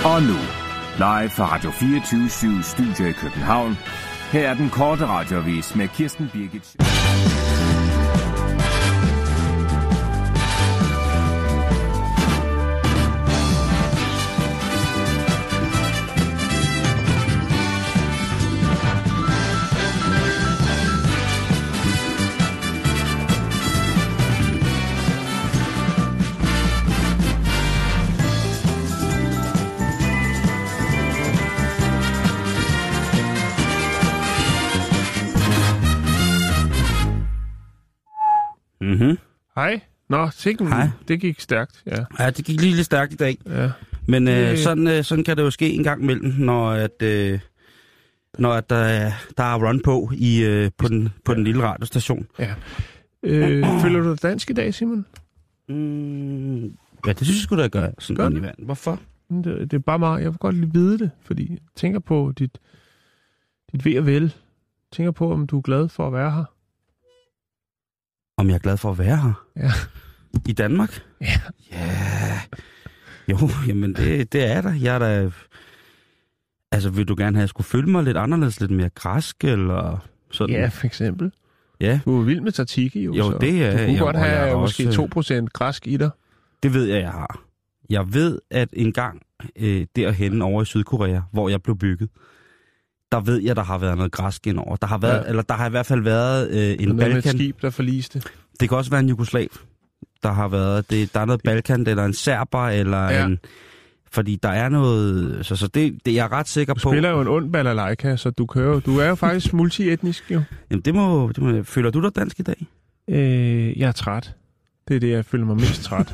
Og nu, live fra Radio 24/7 Studio i København. Her er den korte radioavis med Kirsten Birgit. Mhm. Hej. Nå, Hej. Det gik stærkt, ja. Ja, det gik lige lidt stærkt i dag. Ja. Men sådan kan det jo ske en gang imellem, når der er run på på den lille radiostation. Ja. Føler du dig dansk i dag, Simon? Ja, det synes jeg sgu da, jeg gør. Sådan Gør i vand. Hvorfor? Det er bare meget. Jeg vil godt lige vide det, fordi jeg tænker på dit ved og vel. Jeg tænker på, om du er glad for at være her. Om jeg er glad for at være her? Ja. I Danmark? Ja. Ja. Jo, jamen det er der. Jeg er da... Altså, vil du gerne have, at jeg skulle føle mig lidt anderledes, lidt mere græsk, eller sådan? Ja, for eksempel. Ja. Du er vild med tzatziki, jo. Jo, så det er... du kunne godt have også, måske 2% græsk i dig. Det ved jeg har. Jeg ved, at en gang derhen over i Sydkorea, hvor jeg blev bygget, der ved jeg, der har været noget græsk indover. Der har været, eller der har i hvert fald været en Balkan. Med et skib, der forliste. Det kan også være en jugoslav, der har været. Der er noget Balkan, eller en serber, eller en... Fordi der er noget... Så det jeg er ret sikker på... Du spiller jo en ond balalaika, så du er jo faktisk multietnisk, jo. Jamen det må... Føler du dig dansk i dag? Jeg er træt. Det er det, jeg føler mig mest træt.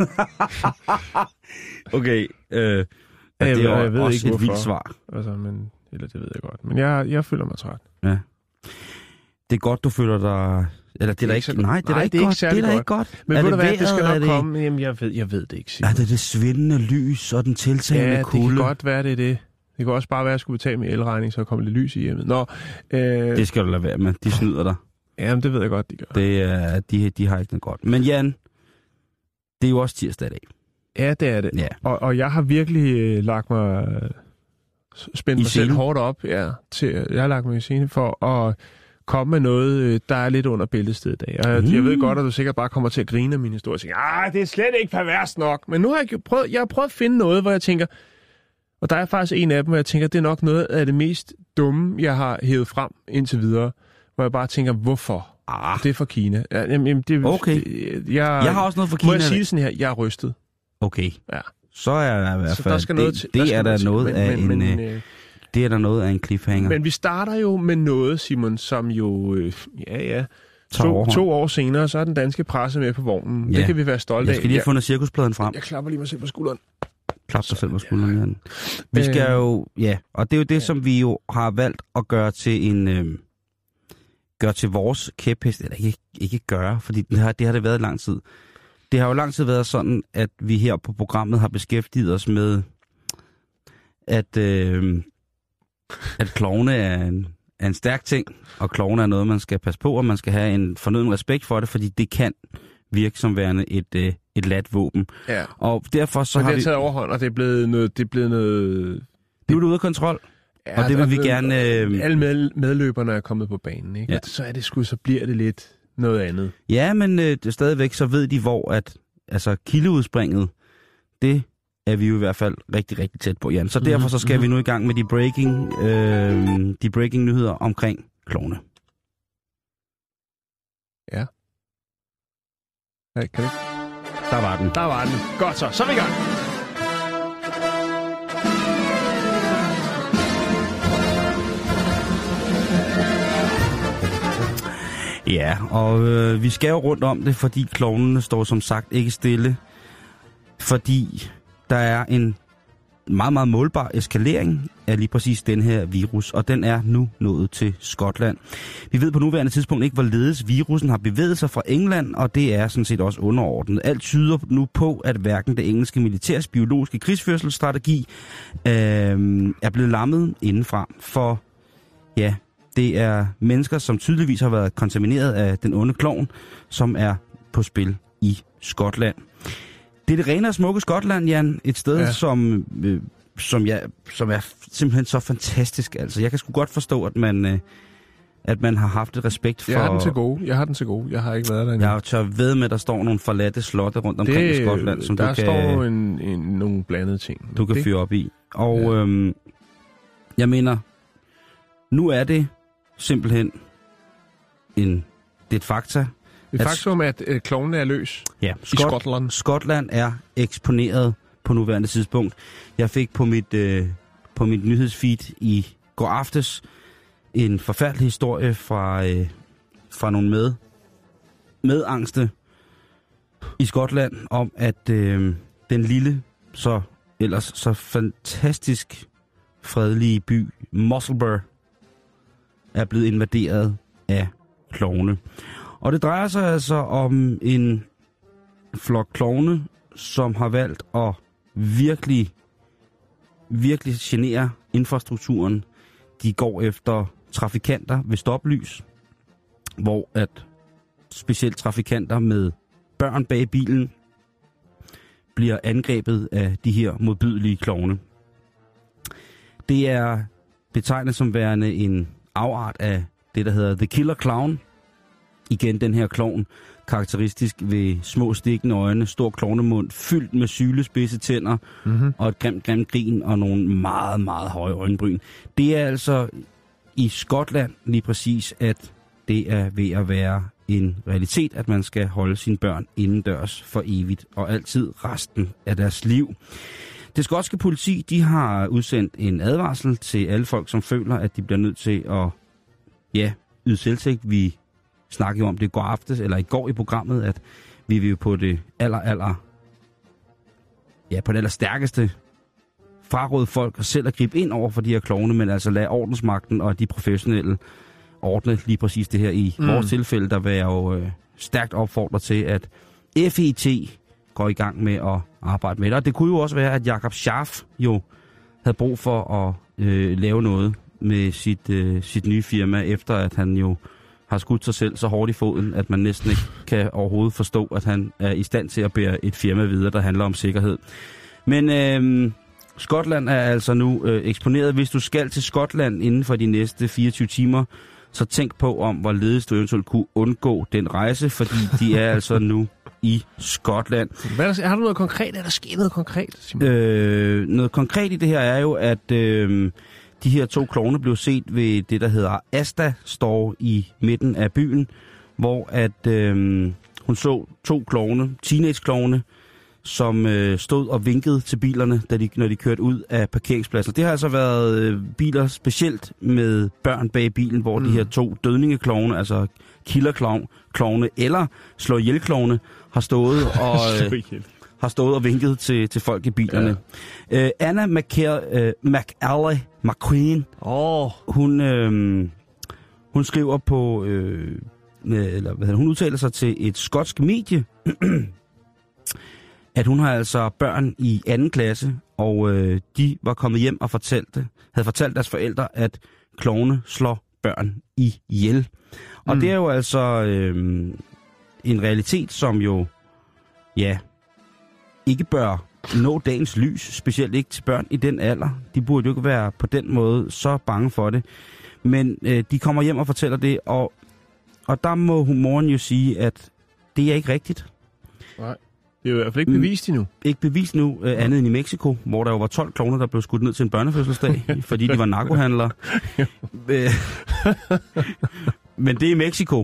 Okay. Det jeg ved også ikke, et vildt svar. Altså, eller det ved jeg godt. Men jeg føler mig træt. Ja. Det er godt, du føler dig... Eller det er da ikke... Nej, det er da ikke godt. Det er da ikke godt. Men ved du hvad, det skal nok komme. Jamen, jeg ved det ikke, Simon. Ja, det er det svindende lys og den tiltagende kulde. Ja, det kan godt være, det er det. Det kan også bare være, at jeg skulle betale med elregning, så kommer lidt lys i hjemmet. Nå, det skal du lade være med. De snyder dig. Jamen, det ved jeg godt, de gør. De har ikke noget godt. Men Jan, det er jo også tirsdag i dag. Ja, det er det. Ja. Og jeg har virkelig lagt mig... spændt mig selv hårdt op. Ja, jeg har lagt mig i scene for at komme med noget, der er lidt under bæltestedet i dag. Jeg ved godt, at du sikkert bare kommer til at grine af min historie og tænker, det er slet ikke perverst nok. Men nu har jeg har prøvet at finde noget, hvor jeg tænker... Og der er faktisk en af dem, hvor jeg tænker, det er nok noget af det mest dumme, jeg har hævet frem indtil videre. Hvor jeg bare tænker, hvorfor? Det er fra Kina. Okay. Jeg har også noget fra Kina. Må jeg sige det sådan her? Jeg er rystet. Okay. Ja. Så er jeg i hvert fald... Det er der noget af en cliffhanger. Men vi starter jo med noget, Simon, som jo... 2 år senere, så er den danske presse med på vognen. Ja. Det kan vi være stolte af. Jeg skal lige have fundet cirkuspladen frem. Jeg klapper lige mig selv på skulderen. Klap dig selv på skulderen, Jan. Vi skal jo... Ja, og det er jo det, som vi jo har valgt at gøre til en... Gøre til vores kæphest. Eller ikke gøre, fordi det har det været i lang tid. Det har jo lang tid været sådan, at vi her på programmet har beskæftiget os med, at klovne er en stærk ting, og klovne er noget, man skal passe på, og man skal have en fornøden respekt for det, fordi det kan virke som værende et lat våben. Ja. Og derfor så har vi... det har taget overhånd, og det er blevet noget... Nu er det ude af kontrol, ja, og det vil vi gerne... Alle medløberne er kommet på banen, ikke? Ja. Så bliver det lidt... noget andet. Ja, men stadigvæk så ved de, hvor kildeudspringet, det er vi jo i hvert fald rigtig, rigtig tæt på, Jan. Så derfor så skal vi nu i gang med de breaking nyheder omkring klovne. Ja. Kan det? Der var den. Der var den. Godt så er vi i gang. Ja, og vi skal jo rundt om det, fordi klovnene står som sagt ikke stille. Fordi der er en meget, meget målbar eskalering af lige præcis den her virus, og den er nu nået til Skotland. Vi ved på nuværende tidspunkt ikke, hvorledes virusen har bevæget sig fra England, og det er sådan set også underordnet. Alt tyder nu på, at hverken det engelske militærs biologiske krigsførselsstrategi er blevet lammet indenfra, for ja... Det er mennesker, som tydeligvis har været kontamineret af den onde klovn, som er på spil i Skotland. Det er det rene og smukke Skotland, Jan. Et sted, som som er simpelthen så fantastisk. Altså, jeg kan sgu godt forstå, at man har haft et respekt for... Jeg har den til gode. Jeg har ikke været der endnu. Jeg tør ved med, at der står nogle forladte slotte rundt omkring i Skotland, som der står nogle blandede ting. Du kan fyre op i. Og jeg mener, nu er det simpelthen det er et fakta. Det er faktum, at klovnene er løs i Skotland. Skotland er eksponeret på nuværende tidspunkt. Jeg fik på mit nyhedsfeed i går aftes en forfærdelig historie fra nogle medangste i Skotland om, at den lille, ellers så fantastisk fredelige by Musselburgh er blevet invaderet af klovne. Og det drejer sig altså om en flok klovne, som har valgt at virkelig genere infrastrukturen. De går efter trafikanter ved stoplys, hvor at specielt trafikanter med børn bag bilen bliver angrebet af de her modbydelige klovne. Det er betegnet som værende en afart af det, der hedder The Killer Clown. Igen den her klovn, karakteristisk ved små stikkende øjne, stor klovnemund, fyldt med sylespidse tænder og et grimt grin og nogle meget, meget høje øjenbryn. Det er altså i Skotland lige præcis, at det er ved at være en realitet, at man skal holde sine børn indendørs for evigt og altid resten af deres liv. Det skotske politi, de har udsendt en advarsel til alle folk, som føler, at de bliver nødt til at yde selvtægt. Vi snakkede jo om det i går i programmet, at vi vil på det allerstærkeste fraråde folk og selv at gribe ind over for de her klovne, men altså lade ordensmagten og de professionelle ordne lige præcis det her i vores tilfælde, der vil jeg jo stærkt opfordre til, at FET går i gang med at arbejde med det. Og det kunne jo også være, at Jakob Scharf jo havde brug for at lave noget med sit nye firma, efter at han jo har skudt sig selv så hårdt i foden, at man næsten ikke kan overhovedet forstå, at han er i stand til at bære et firma videre, der handler om sikkerhed. Men Skotland er altså nu eksponeret. Hvis du skal til Skotland inden for de næste 24 timer, så tænk på om, hvorledes du eventuelt kunne undgå den rejse, fordi de er altså nu i Skotland. Har du noget konkret? Er der sket noget konkret, Simon? Noget konkret i det her er jo, at de her to klovne blev set ved det, der hedder Asda Store i midten af byen, hvor at hun så to klovne, teenage-klovne, som stod og vinkede til bilerne, når de kørte ud af parkeringspladsen. Det har altså været biler specielt med børn bag bilen, hvor de her to dødningeklovne, altså killer-klovne eller slå ihjel-klovne, har stået og vinket til folk i bilerne. Ja. Anna McQueen, hun skriver på, hun udtaler sig til et skotsk medie, at hun har altså børn i 2. klasse, og de var kommet hjem og havde fortalt deres forældre, at klovne slår børn ihjel. Og det er jo altså en realitet, som jo, ikke bør nå dagens lys, specielt ikke til børn i den alder. De burde jo ikke være på den måde så bange for det. Men de kommer hjem og fortæller det, og der må moren jo sige, at det er ikke rigtigt. Nej. Det er jo i hvert fald ikke bevist endnu. Ikke bevist nu, andet end i Mexico, hvor der jo var 12 klovne, der blev skudt ned til en børnefødselsdag, fordi de var narkohandlere. Men det er i Mexico.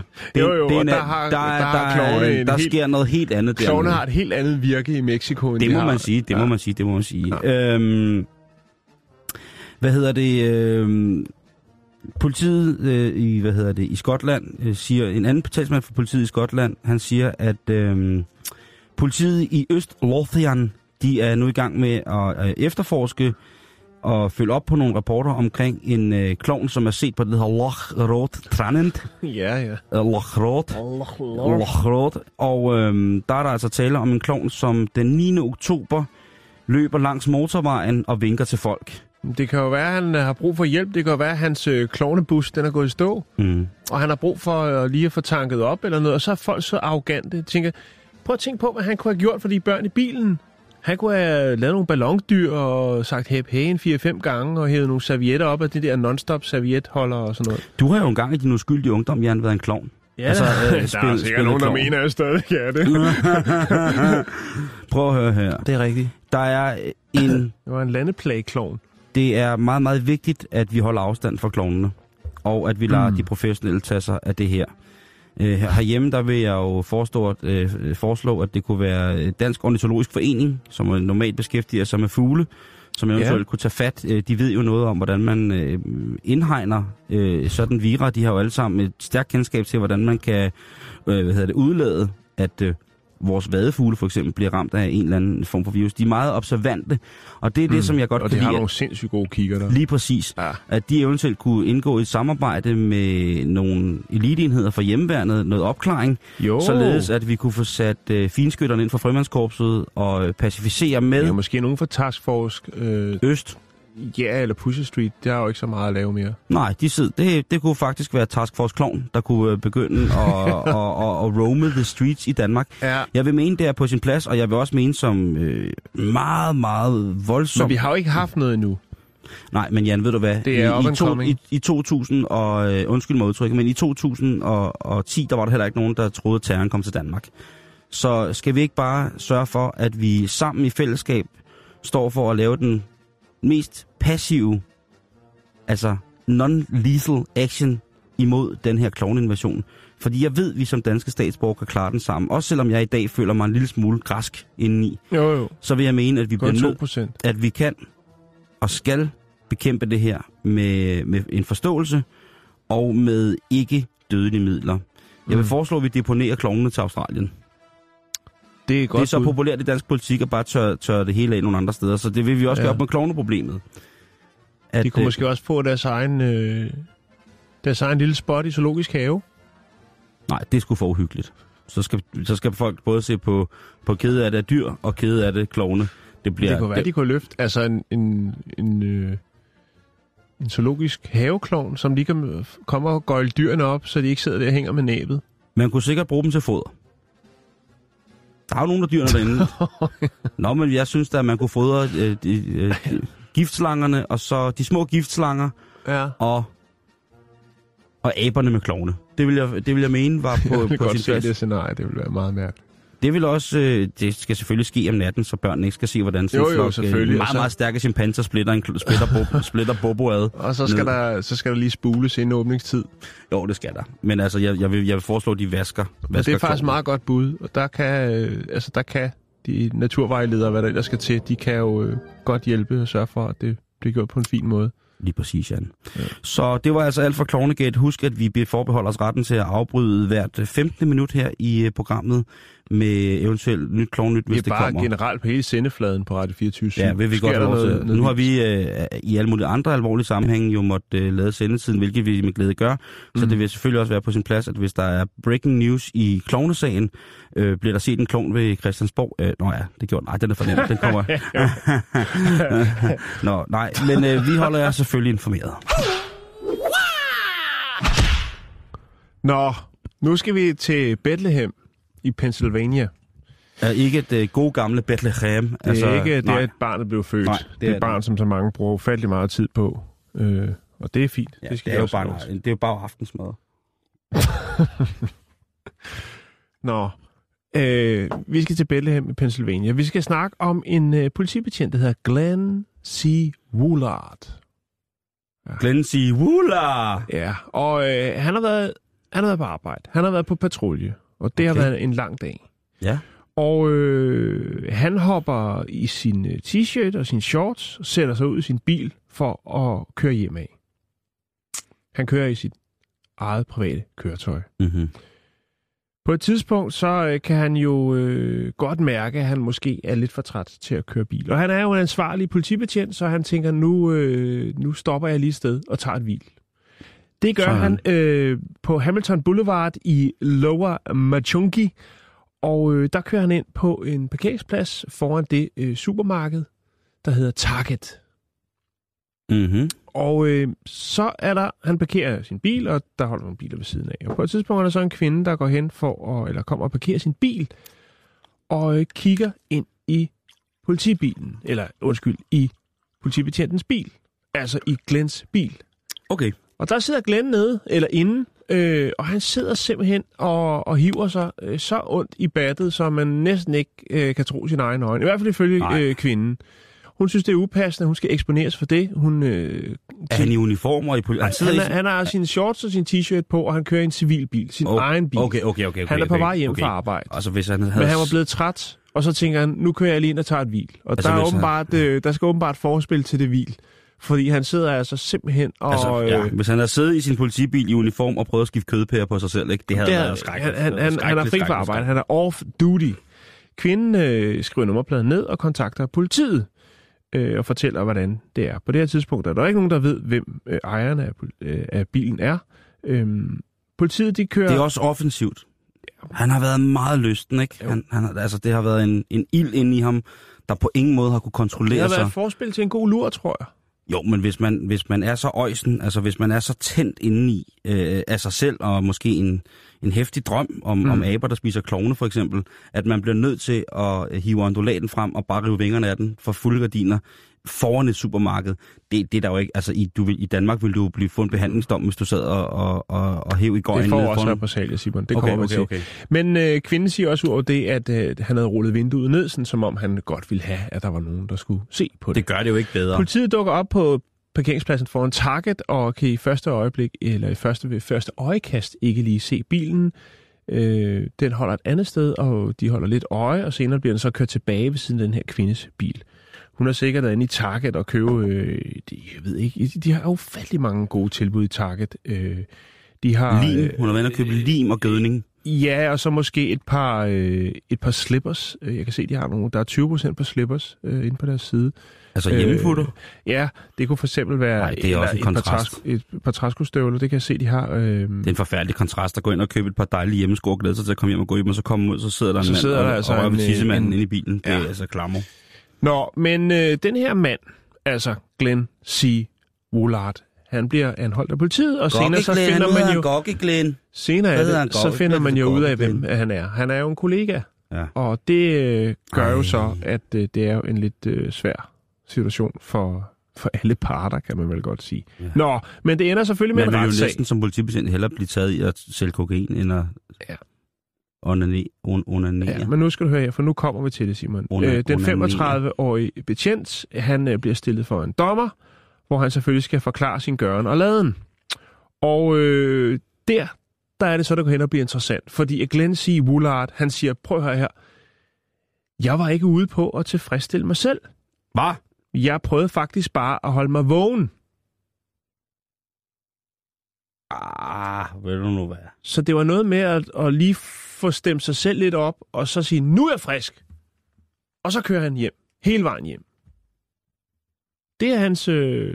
Der sker noget helt andet der. Klovne har et helt andet virke i Mexico, end det må man sige. Det må man sige. Politiet i Skotland siger, en anden talsmand for politiet i Skotland, han siger, at politiet i Øst Lothian, de er nu i gang med at efterforske og følge op på nogle rapporter omkring en klovn, som er set på det hedder Loch Road Tranent. Ja. Loch Road. Og der er der altså tale om en klovn, som den 9. oktober løber langs motorvejen og vinker til folk. Det kan jo være, at han har brug for hjælp. Det kan jo være, at hans klovnebus, den er gået i stå. Og han har brug for lige at få tanket op eller noget. Og så er folk så arrogante. Prøv at tænke på, hvad han kunne have gjort for de børn i bilen. Han kunne have lavet nogle ballondyr og sagt hæb hæen 4-5 gange og hævet nogle servietter op af det der non-stop servietholder og sådan noget. Du har jo engang i din uskyldige ungdom, Jan, været en klovn. Ja, altså, der er sikkert nogen, der mener, at jeg stadig er det. Prøv at høre her. Det er rigtigt. Der er en... Det var en landeplage-klovn. Det er meget, meget vigtigt, at vi holder afstand fra klovnene, og at vi lader de professionelle tage sig af det her. Herhjemme, der vil jeg jo foreslå, at det kunne være Dansk Ornitologisk Forening, som normalt beskæftiger sig med fugle, som eventuelt kunne tage fat. De ved jo noget om, hvordan man indhegner sådan vira. De har jo alle sammen et stærkt kendskab til, hvordan man kan udlade, at vores vadefugle for eksempel bliver ramt af en eller anden form for virus. De er meget observante, og det er det, som jeg godt kan lide. Og de har nogle sindssygt gode kigger der. Lige præcis. Ja. At de eventuelt kunne indgå i et samarbejde med nogle eliteenheder fra hjemmeværnet, noget opklaring, således at vi kunne få sat finskytterne ind fra Frømandskorpset og pacificere med... Ja, måske nogen fra Task Force Øst. Ja, eller Pusher Street. Det har jo ikke så meget at lave mere. Nej, det kunne faktisk være Task Force Klovn, der kunne begynde at roame the streets i Danmark. Ja. Jeg vil mene, det er på sin plads, og jeg vil også mene som meget, meget voldsomt. Men vi har jo ikke haft noget endnu. Nej, men Jan, ved du hvad? Det er i 2000 og undskyld mig udtrykket, men i 2010, der var der heller ikke nogen, der troede, at terroren kom til Danmark. Så skal vi ikke bare sørge for, at vi sammen i fællesskab står for at lave den mest passive, altså non-lethal action imod den her klovninvasion. Fordi jeg ved, at vi som danske statsborgere kan klare den sammen. Også selvom jeg i dag føler mig en lille smule græsk indeni. Jo. Så vil jeg mene, at vi bliver nødt, at vi kan og skal bekæmpe det her med en forståelse og med ikke dødelige midler. Jeg vil foreslå, at vi deponerer klovnene til Australien. Det er så populært i dansk politik at bare tørre det hele af nogle andre steder, så det vil vi også gøre op med klovneproblemet. De kunne måske også få deres egen lille spot i zoologisk have. Nej, det er sgu for uhyggeligt. Så skal folk både se på kede af det af dyr og kede af det klovne. Det kunne være, de kunne løfte altså en zoologisk haveklovn, som lige kan komme og gøjle dyrene op, så de ikke sidder der og hænger med næbet. Man kunne sikkert bruge dem til foder. Der er jo nogle af dyrene derinde. Nå, men jeg synes da, at man kunne fodre giftslangerne, og så de små giftslanger, og aberne med klovne. Det vil jeg mene var på sin plads. Det scenarie, det vil være meget mærkeligt. Det vil også, det skal selvfølgelig ske om natten, så børnene ikke skal se, hvordan sådan en flok meget, meget stærke chimpanser splitter Bobo ad. Og så skal der lige spules inden åbningstid. Jo, det skal der. Men altså, jeg vil foreslå, at de vasker det er faktisk meget godt bud, og der kan de naturvejledere, hvad der ellers skal til, de kan jo godt hjælpe og sørge for, at det bliver gjort på en fin måde. Lige præcis, Jan. Ja. Så det var altså alt for Klovnegate. Husk, at vi forbeholder os retten til at afbryde hvert 15. minut her i programmet med eventuelt nyt klovnyt, hvis det kommer. Det er bare generelt på hele sendefladen på Radio 24. Ja, vil vi godt noget nu har vi i alle mulige andre alvorlige sammenhænge jo måtte lade sendetiden, hvilket vi med glæde gør. Så det vil selvfølgelig også være på sin plads, at hvis der er breaking news i klovnesagen, bliver der set en klovn ved Christiansborg. Det gjorde nej, den er for nemt. Den kommer. Nej, men vi holder jer selvfølgelig informeret. Nu skal vi til Bethlehem i Pennsylvania. Er ikke et gode gamle Bethlehem? Det er ikke det, at barnet blev født. Nej, det er et barn, som så mange bruger ufattelig meget tid på. Og det er fint. Ja, det er jo bare aftensmad. Vi skal til Bethlehem i Pennsylvania. Vi skal snakke om en politibetjent, der hedder Glenn C. Woolard. Ja. Glenn C. Woolard! Ja, og han har været på arbejde. Han har været på patrulje, og det har været en lang dag. Ja. Og han hopper i sin t-shirt og sin shorts og sætter sig ud i sin bil for at køre hjem af. Han kører i sit eget private køretøj. Mm-hmm. På et tidspunkt, så kan han jo godt mærke, at han måske er lidt for træt til at køre bil. Og han er jo en ansvarlig politibetjent, så han tænker, nu stopper jeg lige et sted og tager et hvil. Det gør han på Hamilton Boulevard i Lower Machungi, og der kører han ind på en parkeringsplads foran det supermarked, der hedder Target. Mm-hmm. Og så er han parkerer sin bil, og der holder nogle biler ved siden af. Og på et tidspunkt er der så en kvinde, der går hen kommer og parkerer sin bil, og kigger ind i politibilen, i politibetjentens bil, altså i Glens bil. Okay. Og der sidder Glenn nede, eller inde, og han sidder simpelthen og hiver sig så ondt i battet, så man næsten ikke kan tro sin egen øjne. I hvert fald ifølge kvinden. Hun synes, det er upassende, at hun skal eksponeres for det. Er han i uniformer? Han har sine shorts og sin t-shirt på, og han kører i en civilbil, sin egen bil. Okay. Han er på vej hjem fra arbejde. Altså, hvis han havde... Men han var blevet træt, og så tænker han, nu kører jeg lige ind og tager et hvil. Og altså, der skal åbenbart forspil til det hvil. Fordi han sidder altså simpelthen og... hvis han havde siddet i sin politibil i uniform og prøvet at skifte kødpærer på sig selv, ikke? Det havde været skrækkeligt. Han er fri for arbejde. Han er off-duty. Kvinden skriver nummerpladen ned og kontakter politiet og fortæller, hvordan det er. På det her tidspunkt er der ikke nogen, der ved, hvem ejeren af bilen er. Politiet, de kører... Det er også offensivt. Han har været meget lysten, ikke? Det har været en ild inde i ham, der på ingen måde har kunne kontrollere sig. Det har været et forspil til en god lur, tror jeg. Jo, men hvis man er så øjsen, altså hvis man er så tændt indeni af sig selv, og måske en heftig drøm om aber, der spiser klovne for eksempel, at man bliver nødt til at hive ondulaten frem og bare rive vingerne af den for fulde gardiner foran et supermarked. Det er der jo ikke. Altså i Danmark ville du blive fået en behandlingsdom, hvis du sad og hæv i gården. Det får også repressalier, Simon. Det kommer man til. Okay. Men kvinden siger også ud over det, at han havde rullet vinduet ned, sådan, som om han godt ville have, at der var nogen, der skulle se på det. Det gør det jo ikke bedre. Politiet dukker op på parkeringspladsen foran Target, og kan i første øjeblik, eller ved første øjekast, ikke lige se bilen. Den holder et andet sted, og de holder lidt øje, og senere bliver den så kørt tilbage ved siden af den her kvindes bil. Hun har sikkert været inde i Target og købe, jeg ved ikke, de har ufattelig mange gode tilbud i Target. De har lim. Hun har været inde og købe lim og gødning. Ja, og så måske et par slippers. Jeg kan se, de har nogle. Der er 20% på slippers inde på deres side. Altså hjemmefoto? Ja, det kunne for eksempel være det er også en kontrast. Et par træskostøvler, det kan jeg se, de har. Det er en forfærdelig kontrast at gå ind og købe et par dejlige hjemmesko og glæde sig til at komme hjem og gå hjem, og så komme ud, så sidder der en mand og rører ved tissemanden inde i bilen. Det er altså klammer. Nå, men den her mand, altså Glenn C. Woolard, han bliver anholdt af politiet, og senere så finder man jo ud af, hvem han er. Han er jo en kollega, og det gør jo så, at det er jo en lidt svær situation for alle parter, kan man vel godt sige. Ja. Nå, men det ender selvfølgelig med en retssag. Man vil jo næsten som politibetjent hellere blive taget i at sælge kokain, end at onanere. Ja, men nu skal du høre her, for nu kommer vi til det, Simon. Den 35-årige betjent, han bliver stillet for en dommer, hvor han selvfølgelig skal forklare sin gøren og laden. Og der er det så, der går hen og bliver interessant. Fordi Glenn C. Woolard, han siger, prøv at høre her, jeg var ikke ude på at tilfredsstille mig selv. Hvad? Jeg prøvede faktisk bare at holde mig vågen. Ved du nu hvad? Så det var noget med at lige få stemt sig selv lidt op, og så sige, nu er jeg frisk. Og så kører han hjem. Hele vejen hjem. Det er hans...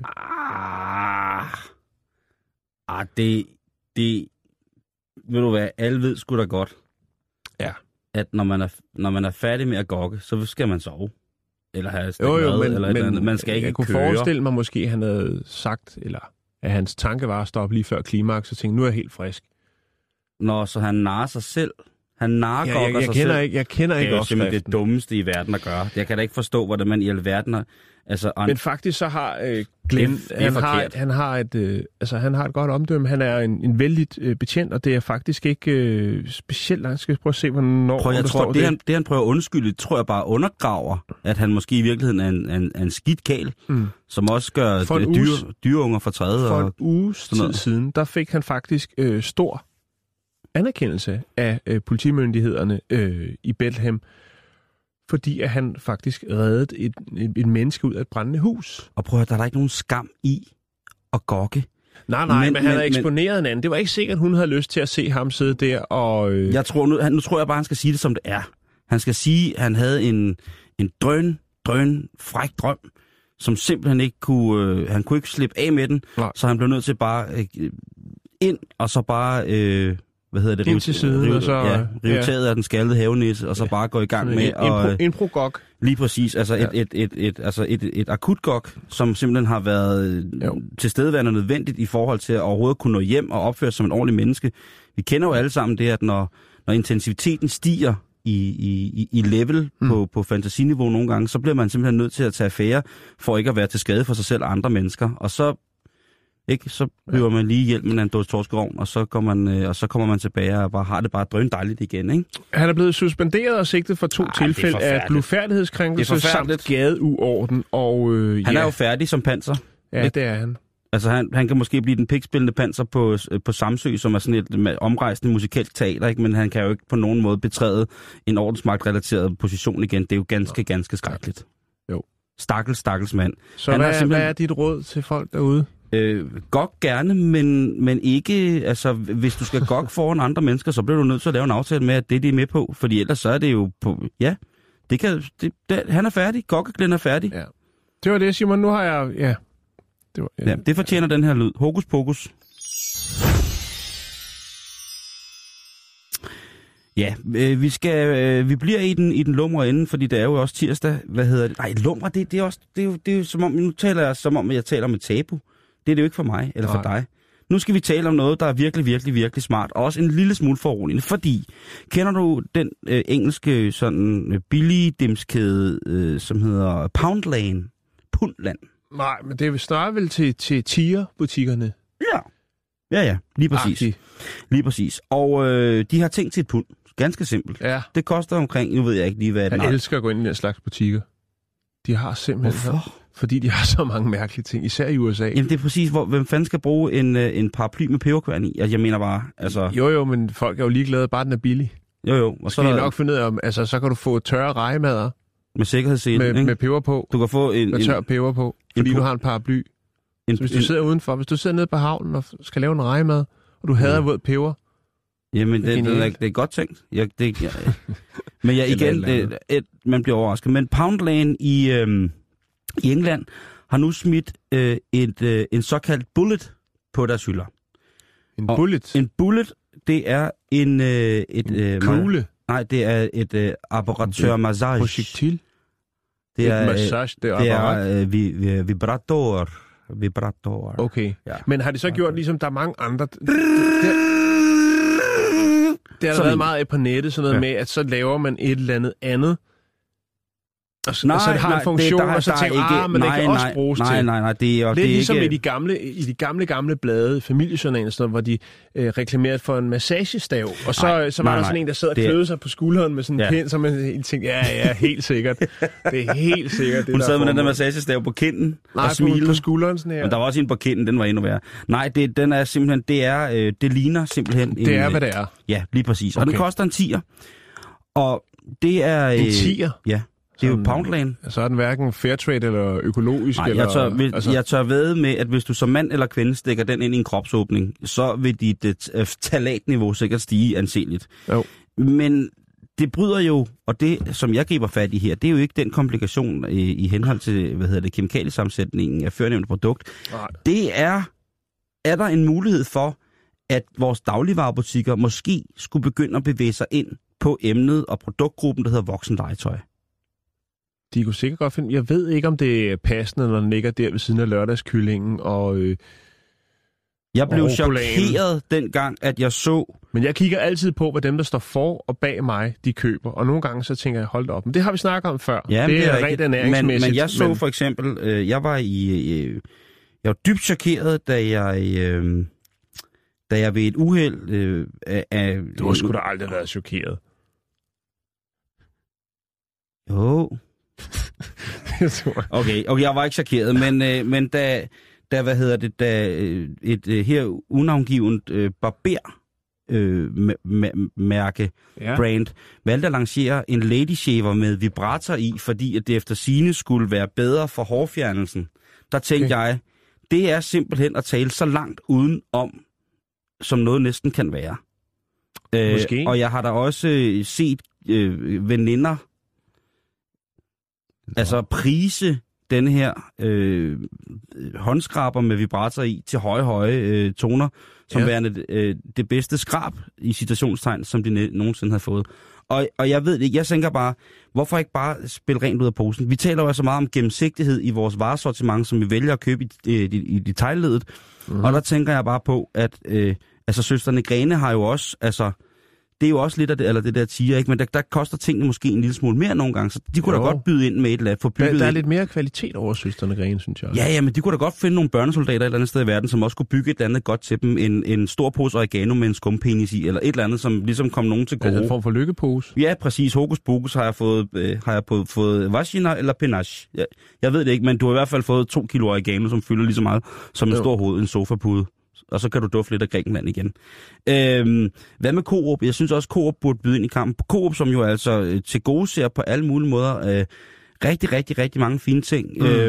Det... Ved du hvad? Alle ved sgu da godt. Ja. At når man er færdig med at gokke, så skal man sove. Eller have men man skal ikke jeg kunne forestille mig måske, at han havde sagt, eller at hans tanke var at stoppe lige før klimaks, og tænke, nu er jeg helt frisk. Nå, så han narrer sig selv. Han nargokker sig selv. Jeg kender ikke opskriften. Det er jo simpelthen det dummeste i verden at gøre. Jeg kan da ikke forstå, hvordan man i alverden har... Men faktisk så har Glenn, han har et godt omdømme. Han er en vældig betjent, og det er faktisk ikke specielt langt. Skal jeg prøve at se, hvornår jeg tror, det han prøver at undskylde, tror jeg bare undergraver, at han måske i virkeligheden er en skidt kæl, som også gør dyreunger fortræde. For en uges tid siden, der fik han faktisk stor anerkendelse af politimyndighederne i Bethlehem, fordi at han faktisk reddede et menneske ud af et brændende hus. Og prøv at der er ikke nogen skam i at gokke. Nej, men han havde eksponeret en anden. Det var ikke sikkert, at hun havde lyst til at se ham sidde der og... Nu tror jeg bare, han skal sige det, som det er. Han skal sige, at han havde en drøn, fræk drøm, som simpelthen ikke kunne... han kunne ikke slippe af med den, så han blev nødt til bare ind, og så bare... rive taget af den skaldede havenisse, og så bare gå i gang med improgok. Lige præcis, altså et akutgok, som simpelthen har været tilstedeværende nødvendigt i forhold til at overhovedet kunne nå hjem og opføre sig som en ordentlig menneske. Vi kender jo alle sammen det, at når intensiviteten stiger i level på fantasiniveau nogle gange, så bliver man simpelthen nødt til at tage affære for ikke at være til skade for sig selv og andre mennesker. Og så bliver man lige hjelmen af en dåse torskerovn, og så kommer man tilbage og bare har det bare drøn dejligt igen, ikke? Han er blevet suspenderet og sigtet for 2 tilfælde af blufærdighedskrænkelse samt gadeuorden. Og, han er jo færdig som panser. Ja, det er han. Altså, han kan måske blive den pikspillende panser på Samsø, som er sådan et omrejsende musikalsk teater, ikke? Men han kan jo ikke på nogen måde betræde en ordensmagtrelateret position igen. Det er jo ganske skrækkeligt. Jo. Stakkels mand. Så hvad er dit råd til folk derude? Gok gerne, men ikke... Altså, hvis du skal gok foran andre mennesker, så bliver du nødt til at lave en aftale med, at det de er med på. Fordi ellers så er det jo på... Ja, han er færdig. Gok er færdig. Ja. Det var det, Simon. Nu har jeg... Ja. Ja, det fortjener den her lyd. Hokus pokus. Ja, vi bliver i den lumre ende, fordi det er jo også tirsdag. Hvad hedder det? Nej, lumre, det er jo som om, nu taler jeg som om, jeg taler om et tabu. Det er det jo ikke for mig, eller for dig. Nu skal vi tale om noget, der er virkelig smart, og også en lille smule foruroligende, fordi kender du den engelske sådan billige dimskæde, som hedder Poundland? Pundland. Nej, men det er snarere vel til tigerbutikkerne. Ja, lige præcis. Lige præcis. Og de har tænkt til et pund. Ganske simpelt. Ja. Det koster omkring, nu ved jeg ikke lige, hvad det er. Jeg elsker at gå ind i den slags butikker. De har simpelthen... Hvorfor? Fordi de har så mange mærkelige ting, især i USA. Jamen det er præcis, hvem fanden skal bruge en paraply med peberkværn i? Jeg mener bare, altså... Jo, men folk er jo ligeglade, bare den er billig. Jo. Og så kan de nok finde ud af, altså så kan du få tørre rejemader. Med sikkerhedssele, ikke? Med peber på. Du kan få med tør peber på, fordi du har en paraply. Så hvis du sidder udenfor, hvis du sidder nede på havnen og skal lave en rejemad, og du hader våd peber. Jamen, det er godt tænkt. Men man bliver overrasket. Men Poundland i England har nu smidt en såkaldt bullet på deres hylder. En bullet? En bullet, det er en kugle? Nej, det er et apparateur massage. Projektil? Det er massage, det er vibrator. Okay. Ja. Men har de så gjort, ligesom der er mange andre... Det har der været meget af på nettet, sådan noget med, at så laver man et eller andet. Og så det har en funktion, og så tænker men det kan også bruges til. Nej, det er lidt ligesom i de gamle blade, familiejournaler, sådan, hvor de reklamerede for en massagestav, og så var der sådan en, der sad og kløede sig på skulderen med sådan en pind, så man tænkte, ja, helt sikkert. Det er helt sikkert. Hun sad med den der massagestav på kinden og smilede. På skulderen sådan her. Men der var også en på kinden, den var endnu værre. Nej, den er simpelthen, det ligner simpelthen det er, hvad det er. Ja, lige præcis. Og den koster en 10'er. Og det er... En 10'er? Ja. Det er jo Poundland. Så er den hverken fairtrade eller økologisk. Nej, jeg tør vædde med, at hvis du som mand eller kvinde stikker den ind i en kropsåbning, så vil dit talatniveau sikkert stige anseligt. Jo. Men det bryder jo, og det som jeg griber fat i her, det er jo ikke den komplikation i henhold til, kemikaliesammensætningen af førnævnte produkt. Nej. Det er der en mulighed for, at vores dagligvarebutikker måske skulle begynde at bevæge sig ind på emnet og produktgruppen, der hedder voksenlegetøj. De kunne sikkert godt finde... Jeg ved ikke, om det er passende, når den ligger der ved siden af lørdagskyllingen og... Jeg blev chokeret dengang, at jeg så... Men jeg kigger altid på, hvad dem, der står for og bag mig, de køber. Og nogle gange så tænker jeg, hold da op. Men det har vi snakket om før. Ja, det er rent ernæringsmæssigt. Men jeg så for eksempel... Jeg var dybt chokeret, da jeg ved et uheld... Du har sgu da aldrig været chokeret. Jo... Okay, jeg var ikke chokeret, men da et her unavngivet barber-mærke brand valgte at lancere en lady shaver med vibrator i, fordi at det efter sigende skulle være bedre for hårfjernelsen, der tænkte jeg, det er simpelthen at tale så langt uden om, som noget næsten kan være. Og jeg har da også set veninder, altså prise denne her håndskraber med vibrator i til høje toner, som værende det bedste skrab i citationstegn, som de nogensinde havde fået. Og jeg ved det, jeg tænker bare, hvorfor ikke bare spille rent ud af posen? Vi taler jo så meget om gennemsigtighed i vores varesortiment, som vi vælger at købe i detailledet. Og der tænker jeg bare på, at søstrene Grene har jo også det er jo også lidt af det, eller det der tiger, ikke? Men der koster tingene måske en lille smule mere nogle gange, så de kunne da godt byde ind med et eller andet. Der er lidt mere kvalitet over Søstrene Grene, synes jeg. Ja, men de kunne da godt finde nogle børnesoldater et eller andet sted i verden, som også kunne bygge et eller andet godt til dem. En stor pose oregano med en skumpenis i, eller et eller andet, som ligesom kom nogen til gode. Altså en form for lykkepose? Ja, præcis. Hokus pokus har jeg fået vagina eller penage. Jeg ved det ikke, men du har i hvert fald fået 2 kilo oregano, som fylder lige så meget som en stor hoved, en sofapude. Og så kan du dufte lidt af Grækenland igen. Hvad med Coop? Jeg synes også, Coop burde byde ind i kampen. Coop, som jo altså til gode ser på alle mulige måder rigtig mange fine ting.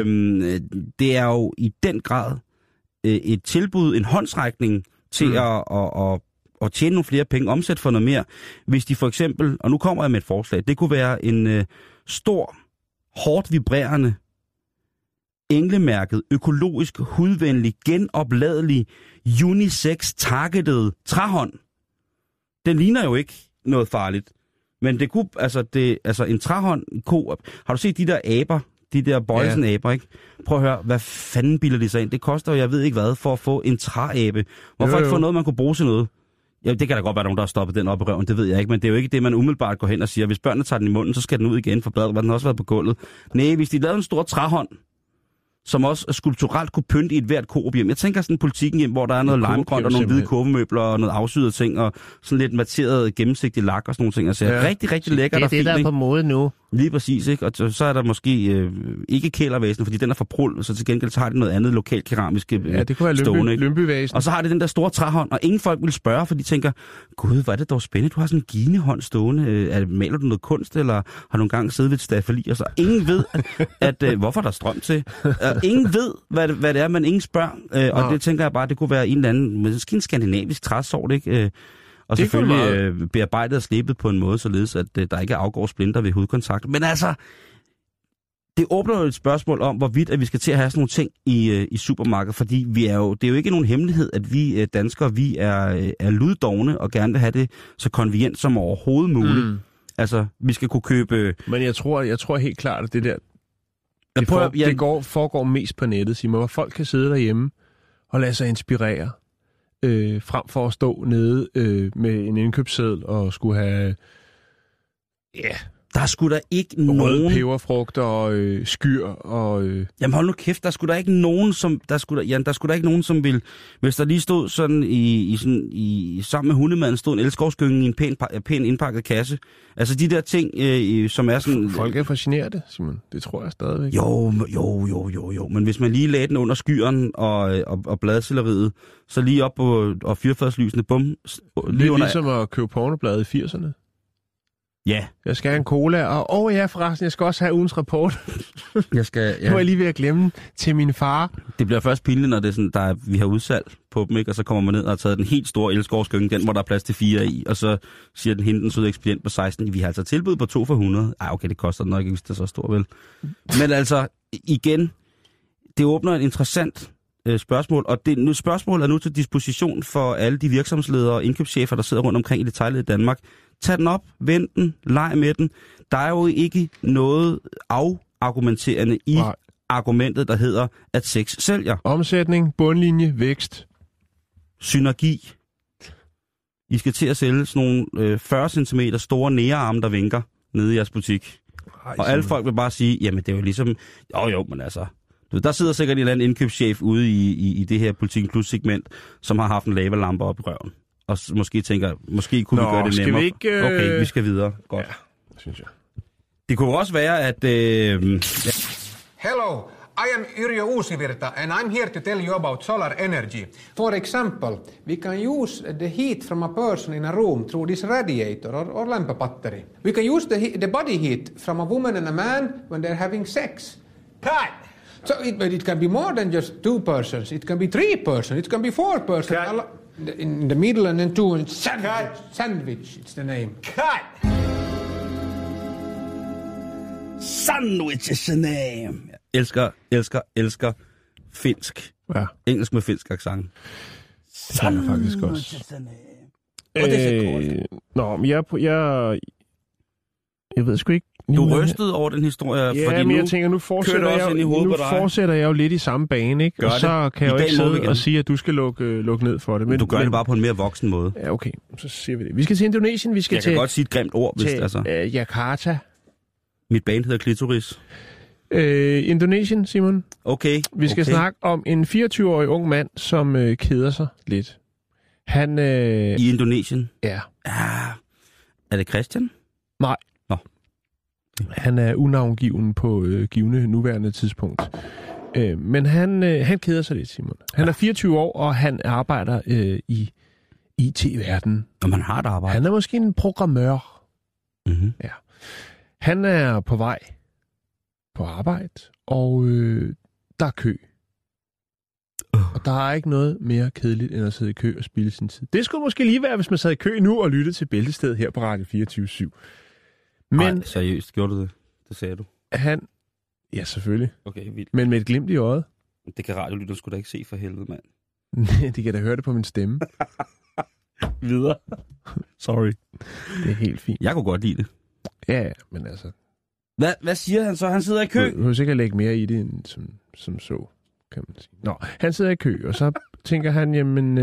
Det er jo i den grad et tilbud, en håndsrækning til at tjene nogle flere penge, omsætte for noget mere. Hvis de for eksempel, og nu kommer jeg med et forslag, det kunne være en stor, hårdt vibrerende, englemærket, økologisk, hudvenlig, genopladelig, unisex-targeted træhånd. Den ligner jo ikke noget farligt. Men det kunne, altså en træhånd, har du set de der aber, de der Bøjsen-aber, ikke? Prøv at høre, hvad fanden bilder de sig ind? Det koster jo, jeg ved ikke hvad, for at få en træabe. Hvorfor ikke få noget, man kunne bruge til noget? Ja, det kan da godt være nogen, der har stoppet den op i røven, det ved jeg ikke, men det er jo ikke det, man umiddelbart går hen og siger. Hvis børnene tager den i munden, så skal den ud igen, for bladet var den også været på gulvet. Nej, hvis de lavede en stor træhånd, som også skulpturelt kunne pynte i et hvert Coop hjem. Jeg tænker sådan en politikken hjem, hvor der er noget limegrønt og nogle hvide kurvemøbler og noget afsydede ting og sådan lidt materet gennemsigtig lak og sådan nogle ting. Altså rigtig lækkert og fint. Det er det, der er på mode nu. Lige præcis, ikke? Og så er der måske ikke kælervæsen, fordi den er for prul, så til gengæld så har det noget andet lokalt keramisk det kunne være Lyngbyvæsen. Og så har det den der store træhånd, og ingen folk vil spørge, for de tænker, gud, hvor er det dog spændende, du har sådan en ginehånd stående. Maler du noget kunst, eller har du engang siddet ved et staffeli? Og så ingen ved, hvorfor der er strøm til. Ingen ved, hvad det er, men ingen spørger. Og det tænker jeg bare, det kunne være en eller anden, måske en skandinavisk træsort, ikke? Og det selvfølgelig bearbejdet og slebet på en måde, således at der ikke afgår splinter ved hudkontakt. Men altså, det åbner jo et spørgsmål om, hvorvidt at vi skal til at have sådan nogle ting i supermarkedet, fordi det er jo ikke nogen hemmelighed, at vi danskere, vi er luddovne og gerne vil have det så konvenient som overhovedet muligt. Altså, vi skal kunne købe... Men jeg tror helt klart, at det der... Det foregår mest på nettet, Simon, hvor folk kan sidde derhjemme og lade sig inspirere, frem for at stå nede med en indkøbsseddel og skulle have... Der er sgu da ikke nogen... Røde peberfrugter og skyr og... Jamen hold nu kæft, der skulle da ikke nogen, som... Der skulle da ikke nogen, som vil... Hvis der lige stod sådan sammen med hundemaden, stod en elskovsgynge i en pæn indpakket kasse. Altså de der ting, som er sådan... Folk er fascineret, Simon. Det tror jeg stadigvæk. Jo. Men hvis man lige lagde den under skyren og bladcelleriet, så lige op og fyrfadslysene, bum... Lige under... ligesom at købe pornoblade i 80'erne. Ja. Jeg skal have en cola, og ja forresten, jeg skal også have ugens rapport. Nu er jeg lige ved at glemme til min far. Det bliver først pinligt, når det er sådan, vi har udsalg på dem, ikke? Og så kommer man ned og har taget den helt store elskovsgynge, den hvor der er plads til 4 i, og så siger den hende, den søde ekspedient på 16, vi har altså tilbud på 2 for 100. Ej, okay, det koster nok ikke, hvis det er så stort, vel? Men altså, igen, det åbner et interessant spørgsmål, og spørgsmålet er nu til disposition for alle de virksomhedsledere og indkøbschefer, der sidder rundt omkring i detaljledet i Danmark. Tag den op, vend den, leg med den. Der er jo ikke noget argumenterende i argumentet, der hedder, at sex sælger. Omsætning, bundlinje, vækst. Synergi. I skal til at sælge sådan nogle 40 cm store nærearme, der vinker nede i jeres butik. Og alle folk vil bare sige, jamen det er jo ligesom, jo, men altså... Der sidder sikkert en eller anden indkøbschef ude i det her Politiken Plus-segment, som har haft en lavalampe op i røven. Og måske tænker, måske kunne vi gøre det nemmere. Okay, vi skal videre. Godt. Ja, synes jeg. Det kunne også være, at... Hello, I am Yrjö Uusivirta and I'm here to tell you about solar energy. For example, we can use the heat from a person in a room through this radiator or lämpöpatteri. We can use the body heat from a woman and a man when they're having sex. Cut! So it can be more than just 2 persons. It can be 3 persons. It can be 4 persons. In the middle and then 2. And sandwich, it's the name. Cut! Sandwich is the name. Elsker finsk. Ja. Engelsk med finsk accent. Det er faktisk også. Og det er så godt. Men jeg ved sgu ikke. Du rystede over den historie, ja, fordi men jeg tænker, nu fortsætter jeg jo lidt i samme bane, ikke? Og så kan jeg jo ikke sidde og sige, at du skal lukke ned for det. Men du gør det bare på en mere voksen måde. Ja, okay. Så siger vi det. Vi skal til Indonesien. Jeg kan godt sige et grimt ord, hvis altså. Jakarta. Mit band hedder Klitoris. Indonesien, Simon. Okay. Vi skal snakke om en 24-årig ung mand, som keder sig lidt. Han... I Indonesien? Ja. Er det Christian? Nej. Nå. Han er unavngiven på givende nuværende tidspunkt. Men han keder sig lidt, Simon. Han er 24 år, og han arbejder i IT-verdenen. Og man har et arbejde. Han er måske en programmør. Mm-hmm. Ja. Han er på vej på arbejde, og der er kø. Og der er ikke noget mere kedeligt, end at sidde i kø og spilde sin tid. Det skulle måske lige være, hvis man sad i kø nu og lyttede til Bæltestedet her på Radio 24/7. Men nej, seriøst, gjorde du det? Det sagde du. Han... Ja, selvfølgelig. Okay, vildt. Men med et glimt i øjet. Det kan radiolytteren sgu da ikke se for helvede, mand. De kan da høre det på min stemme. Videre. Sorry. Det er helt fint. Jeg kunne godt lide det. Ja, men altså... Hvad siger han så? Han sidder i kø? Du kan sikkert lægge mere i det, end som så, kan man sige. Nå, han sidder i kø, og så tænker han, jamen...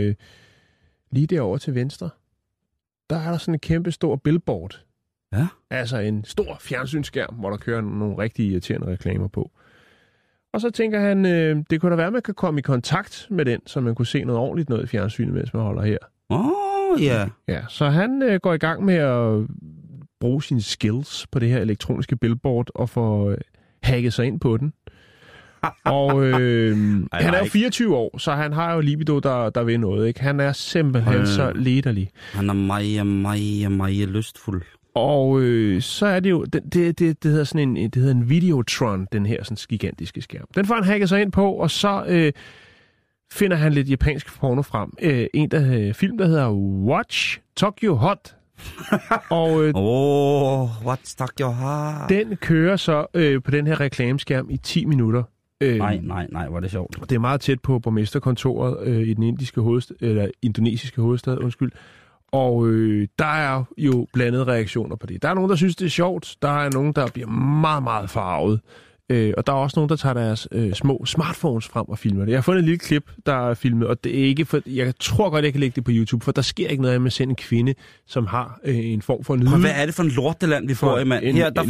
lige derovre til venstre, der er der sådan en kæmpe stor billboard. Ja. Altså en stor fjernsynsskærm, hvor der kører nogle rigtig irriterende reklamer på. Og så tænker han, det kunne da være, at man kan komme i kontakt med den, så man kunne se noget ordentligt noget i fjernsynet, mens man holder her. Ja. Ja, så han går i gang med at bruge sine skills på det her elektroniske billboard og få hacket sig ind på den. Og han er jo 24 år, så han har jo libido, der vil noget, ikke? Han er simpelthen så lederlig. Han er meget lystfuld. Og så er det jo, det hedder sådan det hedder en Videotron, den her sådan gigantiske skærm. Den får han hacket sig ind på, og så finder han lidt japansk porno frem. Film, der hedder Watch Tokyo Hot. Og Watch Tokyo Hot. Den kører så på den her reklameskærm i 10 minutter. Nej, hvor er det sjovt. Det er meget tæt på borgmesterkontoret i den indonesiske hovedstad, undskyld. Og der er jo blandede reaktioner på det. Der er nogen, der synes, det er sjovt. Der er nogen, der bliver meget, meget farvet. Og der er også nogen, der tager deres små smartphones frem og filmer det. Jeg har fundet et lille klip, der er filmet, og det er ikke for, jeg tror godt, jeg kan lægge det på YouTube, for der sker ikke noget med at sende en kvinde, som har en form for nydelse. Hvad er det for en lorteland, vi får i, mand?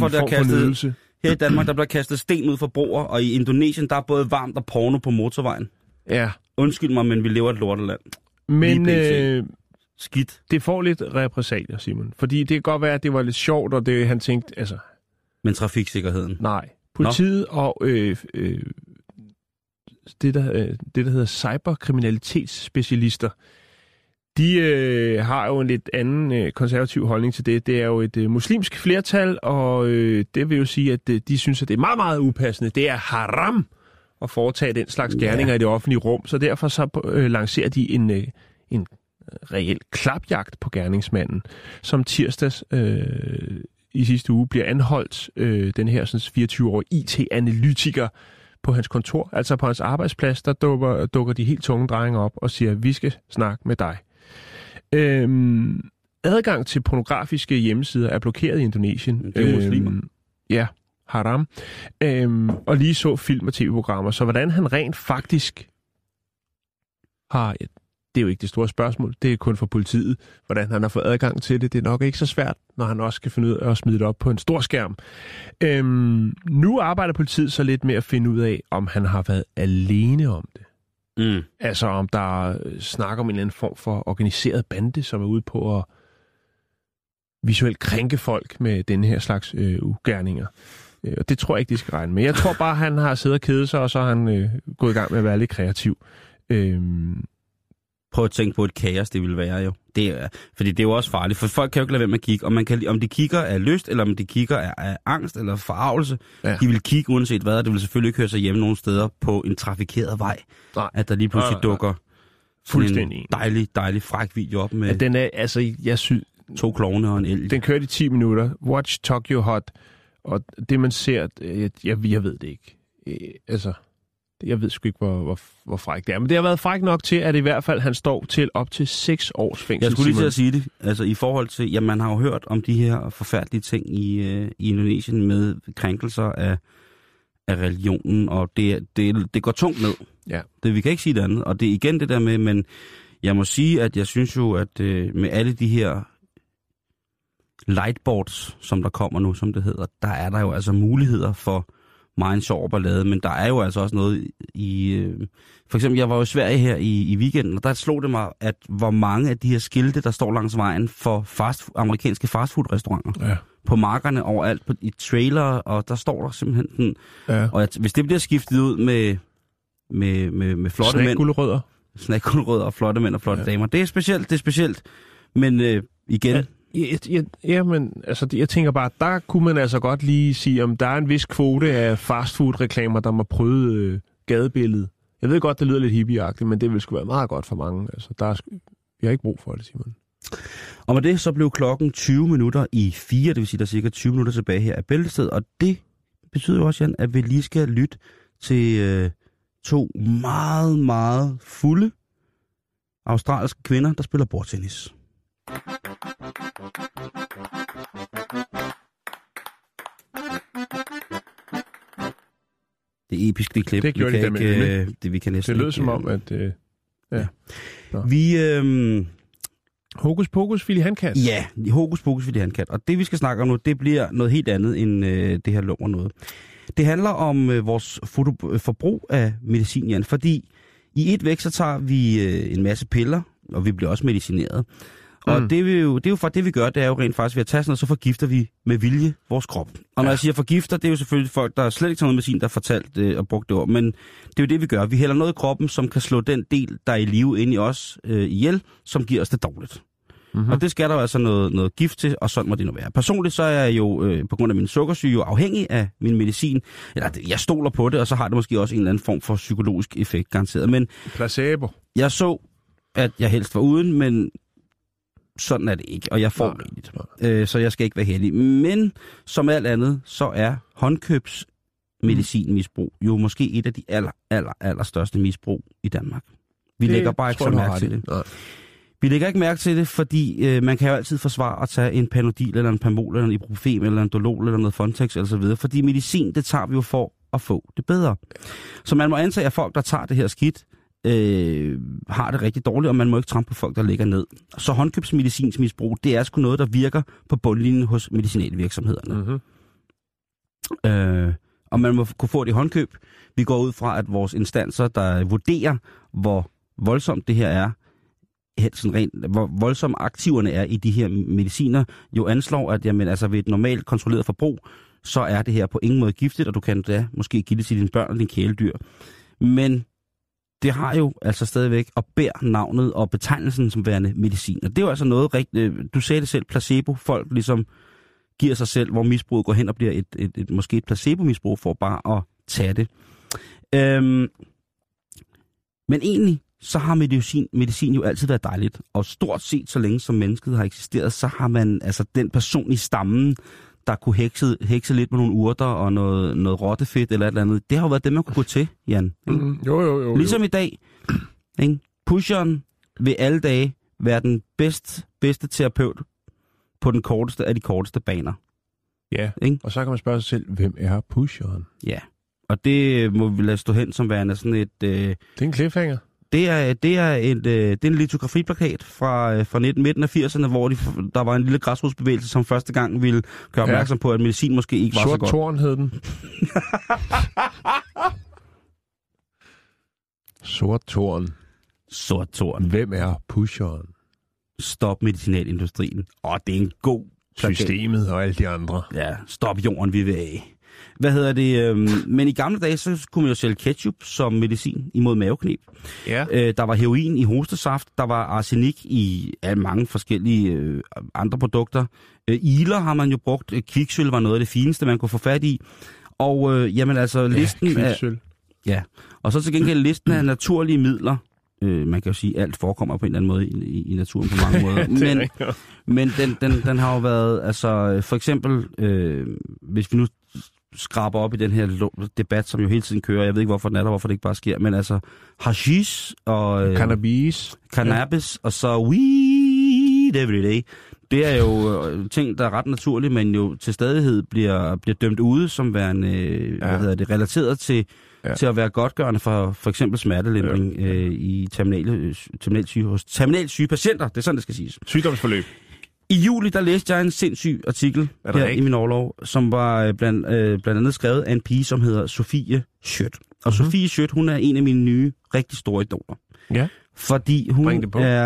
Her i Danmark, der bliver kastet sten ud for broer, og i Indonesien, der er både varmt og porno på motorvejen. Ja. Undskyld mig, men vi lever et lorteland. Men skidt. Det får lidt repressalier, Simon. Fordi det kan godt være, at det var lidt sjovt, og det han tænkte, altså... Men trafiksikkerheden? Nej. Politiet og det, der hedder cyberkriminalitetsspecialister, de har jo en lidt anden konservativ holdning til det. Det er jo et muslimsk flertal, og det vil jo sige, at de synes, at det er meget, meget upassende. Det er haram at foretage den slags gerninger i det offentlige rum, så derfor så lancerer de en reel klapjagt på gerningsmanden, som tirsdags i sidste uge bliver anholdt den her sådan 24-årige IT-analytiker på hans kontor, altså på hans arbejdsplads, der dukker de helt tunge drenge op og siger, vi skal snakke med dig. Adgang til pornografiske hjemmesider er blokeret i Indonesien. Det er muslimer. Ja, haram. Og lige så film- og tv-programmer. Så hvordan han rent faktisk har... Det er jo ikke det store spørgsmål. Det er kun for politiet, hvordan han har fået adgang til det. Det er nok ikke så svært, når han også skal finde ud af at smide det op på en stor skærm. Nu arbejder politiet så lidt med at finde ud af, om han har været alene om det. Altså om der snakker om en eller anden form for organiseret bande, som er ude på at visuelt krænke folk med den her slags ugerninger. Og det tror jeg ikke, de skal regne med. Jeg tror bare, han har siddet og kedet sig, og så har han gået i gang med at være lidt kreativ. Prøv at tænke på et kaos, det ville være jo. Fordi det er jo også farligt, for folk kan jo ikke lade være med at kigge. Om de kigger af lyst, eller om de kigger af angst eller forarvelse, de vil kigge uanset hvad, og det vil selvfølgelig ikke høre sig hjemme nogen steder på en trafikeret vej. Nej. At der lige pludselig dukker fuldstændig en dejlig fræk video op med den er, altså, jeg synes, 2 klovne og en elg. Den kørte i 10 minutter. Watch Tokyo Hot. Og det man ser, jeg ved det ikke. Altså, Jeg ved sgu ikke, hvor fræk det er. Men det har været fræk nok til, at i hvert fald han står til op til 6 års fængsel. Jeg skulle lige til at sige det. Altså i forhold til, ja, man har jo hørt om de her forfærdelige ting i Indonesien med krænkelser af religionen, og det går tungt ned. Ja. Vi kan ikke sige det andet. Og det er igen det der med, men jeg må sige, at jeg synes jo, at med alle de her lightboards, som der kommer nu, som det hedder, der er der jo altså muligheder for meget en sjov ballade, men der er jo altså også noget i... for eksempel, jeg var jo i Sverige her i weekenden, og der slog det mig, at hvor mange af de her skilte, der står langs vejen for amerikanske fastfood-restauranter, ja, på markerne overalt, i trailer, og der står der simpelthen den... Ja. Og hvis det bliver skiftet ud med flotte mænd... Snakgulerødder og flotte mænd og flotte damer. Det er specielt, men igen... men altså, jeg tænker bare, der kunne man altså godt lige sige, om der er en vis kvote af fastfood-reklamer, der må prøve gadebilledet. Jeg ved godt, det lyder lidt hippieagtigt, men det vil sgu være meget godt for mange. Altså, vi har ikke brug for det, Simon. Og med det, så blev klokken 20 minutter i 4, det vil sige, der er cirka 20 minutter tilbage her af Bæltestedet, og det betyder jo også, Jan, at vi lige skal lytte til 2 meget, meget fulde australske kvinder, der spiller bordtennis. Det er episk, det klip. Det gjorde de ikke, vi kan næsten det lød som om, at... ja. Vi... Hokus pokus Willy Handkat. Ja, hokus pokus Willy Handkat. Og det, vi skal snakke om nu, det bliver noget helt andet end det her lummer noget. Det handler om vores forbrug af medicin, Jan. Fordi i et væk, så tager vi en masse piller, og vi bliver også medicineret. Og det er jo for det, vi gør, det er jo rent faktisk ved at tage sådan noget, så forgifter vi med vilje vores krop. Og når jeg siger forgifter, det er jo selvfølgelig folk, der slet ikke tager noget medicin, der har fortalt og brugt det ord. Men det er jo det, vi gør. Vi hælder noget i kroppen, som kan slå den del, der er i live inde i os ihjel, som giver os det dårligt. Mm-hmm. Og det skal der jo altså noget gift til, og sådan må det nu være. Personligt så er jeg jo, på grund af min sukkersyge, jo afhængig af min medicin. Eller jeg stoler på det, og så har det måske også en eller anden form for psykologisk effekt, garanteret. Men placebo. Jeg så, at jeg helst var uden, men sådan er det ikke, og jeg får rigeligt. Så jeg skal ikke være heldig. Men som alt andet, så er håndkøbsmedicinmisbrug jo måske et af de aller største misbrug i Danmark. Vi lægger bare ikke så mærke til det. Vi lægger ikke mærke til det, fordi man kan jo altid forsvare at tage en Panodil, eller en Pamol, eller en Ibuprofen, eller en Dolol, eller noget Fontex, eller så videre. Fordi medicin, det tager vi jo for at få det bedre. Så man må antage, at folk, der tager det her skidt, har det rigtig dårligt, og man må ikke trampe på folk, der ligger ned. Så håndkøbsmedicinsmisbrug, det er sgu noget, der virker på bundlinjen hos medicinalvirksomhederne. Mm-hmm. Og man må kunne få det i håndkøb. Vi går ud fra, at vores instanser, der vurderer, hvor voldsomt det her er, hvor voldsomme aktiverne er i de her mediciner, jo anslår, at jamen, altså ved et normalt kontrolleret forbrug, så er det her på ingen måde giftigt, og du kan da måske give det til dine børn og dine kæledyr. Men det har jo altså stadigvæk og bærer navnet og betegnelsen som værende medicin. Og det er jo altså noget rigtigt, du sagde det selv, placebo, folk ligesom giver sig selv, hvor misbruget går hen og bliver måske et placebo-misbrug for bare at tage det. Men egentlig, så har medicin jo altid været dejligt. Og stort set, så længe som mennesket har eksisteret, så har man altså den person i stammen, der kunne hekse lidt med nogle urter og noget rottefedt eller et eller andet. Det har jo været det, man kunne gå til, Jan. Jo. Ligesom i dag. Ikke? Pusheren vil alle dage være den bedste terapeut på den korteste af de korteste baner. Ja, ikke? Og så kan man spørge sig selv, hvem er pusheren? Ja, og det må vi lade stå hen som værende sådan et... Det er en cliffhanger. Det er en litografiplakat fra midten af 80'erne, hvor der var en lille græsrodsbevægelse, som første gang ville gøre opmærksom på, at medicin måske ikke var så godt. Sort Tårn hed den. Sort Tårn. Hvem er pusheren? Stop medicinalindustrien. Det er en god plakat. Systemet og alle de andre. Ja, stop jorden, vi vil af. Hvad hedder det? Men i gamle dage, så kunne man jo sælge ketchup som medicin imod mavekneb. Ja. Der var heroin i hostesaft, der var arsenik i mange forskellige andre produkter. Iler har man jo brugt. Kviksølv var noget af det fineste, man kunne få fat i. Og jamen altså, listen af... Ja, og så til gengæld listen af naturlige midler. Man kan jo sige, at alt forekommer på en eller anden måde i naturen på mange måder. Men den har jo været, altså for eksempel, hvis vi nu skraber op i den her debat, som jo hele tiden kører. Jeg ved ikke, hvorfor den er der, hvorfor det ikke bare sker. Men altså, hashish og... Cannabis, og så weed every day. Det er jo ting, der er ret naturlige, men jo til stadighed bliver dømt ude som værende, relateret til at være godtgørende for eksempel smertelindring i terminalt syge patienter. Det er sådan, det skal siges. Sygdomsforløb. I juli, der læste jeg en sindssyg artikel her i min overlov, som var blandt andet skrevet af en pige, som hedder Sofie Schødt. Og Sofie Schødt, hun er en af mine nye, rigtig store idoler. Ja. Fordi hun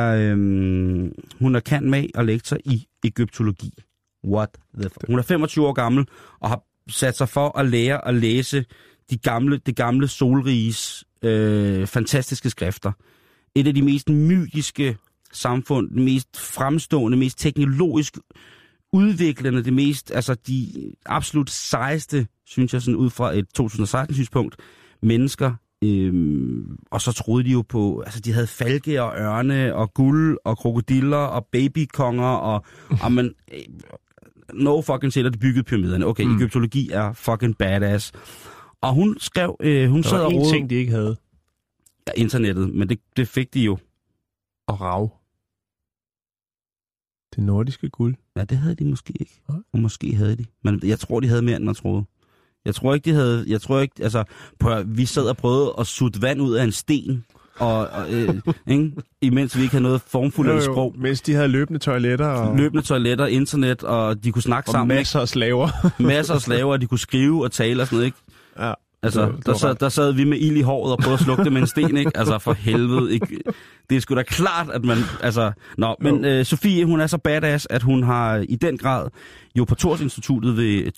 er cand.mag og lektor i egyptologi. What the fuck? Hun er 25 år gammel og har sat sig for at lære at læse det gamle solriges fantastiske skrifter. Et af de mest mytiske samfund, det mest fremstående, mest teknologisk udviklende, de absolut sejeste, synes jeg, sådan ud fra et 2016-synspunkt, mennesker. Og så troede de jo på, altså de havde falke og ørne og guld og krokodiller og babykonger og man, no fucking shit, de byggede pyramiderne. Okay, egyptologi er fucking badass. Og hun skrev, hun sad og rådede... Der var en ting, de ikke havde. Ja, internettet, men det fik de jo. Og rav. Det nordiske guld. Ja, det havde de måske ikke. Og måske havde de. Men jeg tror, de havde mere, end man troede. Jeg tror ikke, de havde... vi sad og prøvede at sutte vand ud af en sten, imens vi ikke havde noget formfuldt sprog. Mens de havde løbende toiletter. Løbende toiletter, internet, og de kunne snakke sammen. Og masser af slaver. Masser af slaver, og de kunne skrive og tale og sådan noget, ikke? Ja. Altså, der sad vi med ild i håret og prøvede at slukke det med en sten, ikke? Altså, for helvede, ikke? Det er sgu da klart, at man... Altså, Sofie, hun er så badass, at hun har i den grad jo på Thors Instituttet